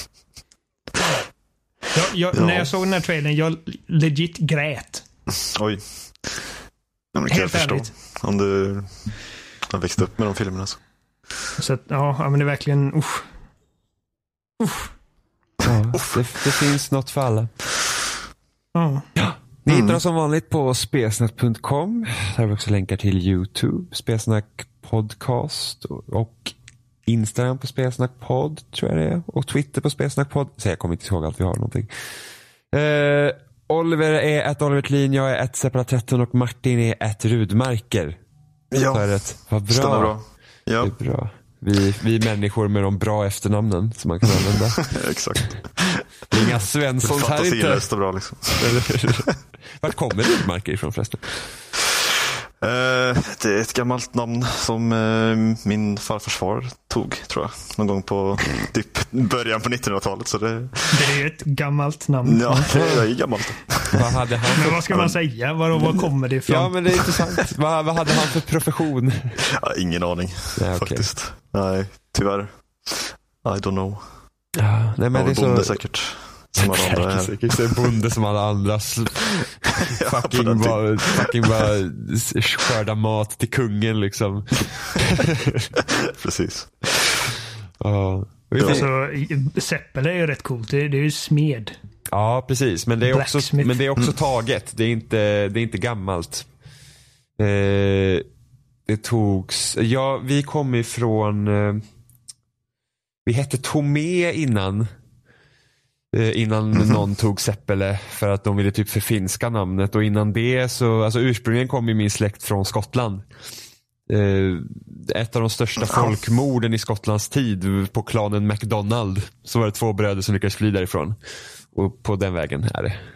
S3: Jag, jag,
S2: Ja.
S3: När jag såg den här trailern, jag legit grät.
S2: Oj. Ja, men kan jag
S3: Helt
S2: förstå.
S3: ärligt.
S2: Om du har växt upp med de filmerna så.
S3: Så att, ja, ja, men det är verkligen usch. Usch.
S1: Ja, det, det finns något för alla.
S3: Ja.
S1: Ni mm. hittar oss som vanligt på spelsnack punkt com. Där har vi också länkar till YouTube, Spelsnack podcast och Instagram på Spelsnackpodd tror jag det är. Och Twitter på Spelsnackpodd. Så jag kommer inte ihåg allt vi har någonting. Eh, Oliver är ett Oliver Tlin, jag är ett Seppala tretton och Martin är ett Rudmarker.
S2: Ja,
S1: det var bra.
S2: Stämmer bra. Ja.
S1: Det är bra. Vi, vi människor med de bra efternamnen som man kan använda.
S2: Exakt.
S1: Det är inga Svenssons här inte.
S2: Det är bra liksom.
S1: Vart kommer Rudmarker ifrån förresten?
S2: Uh, det är ett gammalt namn som uh, min farfars far tog, tror jag. Någon gång på typ början på nittonhundratalet. Så det...
S3: det är ett gammalt namn.
S2: Ja, det är gammalt.
S1: Vad hade han för...
S3: Men vad ska man säga? Var, var kommer det ifrån?
S1: Ja, men det är intressant. vad, vad hade han för profession?
S2: Ja, ingen aning, nej, faktiskt. Okay. Nej, tyvärr. I don't know.
S1: Ja, nej, men
S2: ja,
S1: det är
S2: bonde
S1: så...
S2: säkert. Som alla andra är.
S1: Säkert är bonde som alla andra.
S2: Ja,
S1: fucking bara, fucking bara skörda mat till kungen liksom.
S2: Precis.
S1: Ja.
S3: Alltså, Seppele är ju rätt coolt. Det är, det är ju smed.
S1: Ja, precis. Men det är också, men det är också taget. Det är inte, det är inte gammalt. Eh, det togs... Ja, vi kom ifrån... Eh, vi hette Tomé innan. Innan någon tog Seppele för att de ville typ förfinska namnet. Och innan det så, alltså ursprungligen kom ju min släkt från Skottland. Eh, ett av de största folkmorden i Skottlands tid på klanen MacDonald. Så var det två bröder som lyckades fly därifrån. Och på den vägen är det.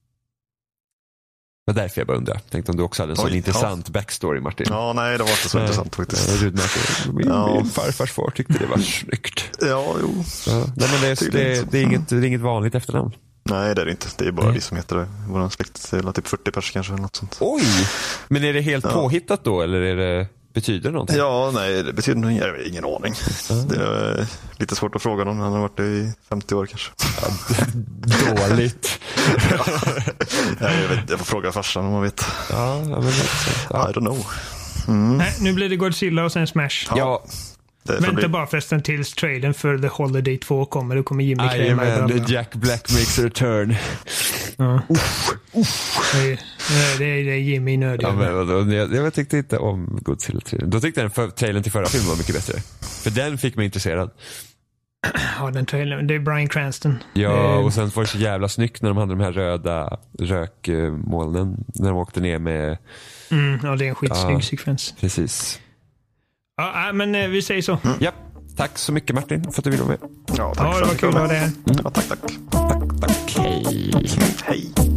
S1: Det var därför jag bara undrar. Tänkte om du också hade en sån
S2: Oj,
S1: intressant ja. backstory, Martin.
S2: Ja, nej, det var inte så
S1: nej,
S2: intressant faktiskt.
S1: Nej, min, ja. min farfars far tyckte det var snyggt.
S2: Ja, jo.
S1: Ja. Nej, men det, är, det, det, är inget, det är inget vanligt efternamn.
S2: Nej, det är det inte. Det är bara nej. vi som heter det. Vår släkt är typ fyrtio pers kanske eller något sånt.
S1: Oj! Men är det helt ja. påhittat då, eller är det... Betyder det någonting?
S2: Ja, nej, det betyder nog jag har ingen aning. Mm. Det är lite svårt att fråga någon. Han har varit det i femtio år kanske.
S1: Ja, dåligt.
S2: ja. jag, vet, jag får fråga farsan om man vet.
S1: Ja, men ja.
S2: I don't know.
S3: Mm. Nej, nu blir det Godzilla och sen Smash.
S1: Ja.
S3: Vänta bli... bara förresten tills trailern för The Holiday två kommer. Då kommer Jimmy
S1: kräma i brallorna. Jack Black makes a return.
S3: Ja. Uff, uff. Det, är, det, är, det är Jimmy nödig.
S1: Ja, men, jag, jag tyckte inte om Godzilla-trailern. Då tyckte jag den trailern till förra filmen var mycket bättre. För den fick mig intresserad.
S3: Ja, den trailern. Det är Bryan Cranston.
S1: Ja,
S3: det...
S1: och sen var det så jävla snyggt när de hade de här röda rökmolnen. När de åkte ner med...
S3: Mm, ja, det är en skitsnygg
S1: ja,
S3: sekvens.
S1: Precis.
S3: Ja, men eh, vi säger så.
S1: Mm. Ja, tack så mycket Martin för att du ville vara med.
S2: Ja, tack
S3: ja det var kul att ha det här.
S2: Ja, tack, tack.
S1: Tack, tack. Hej.
S2: Hej.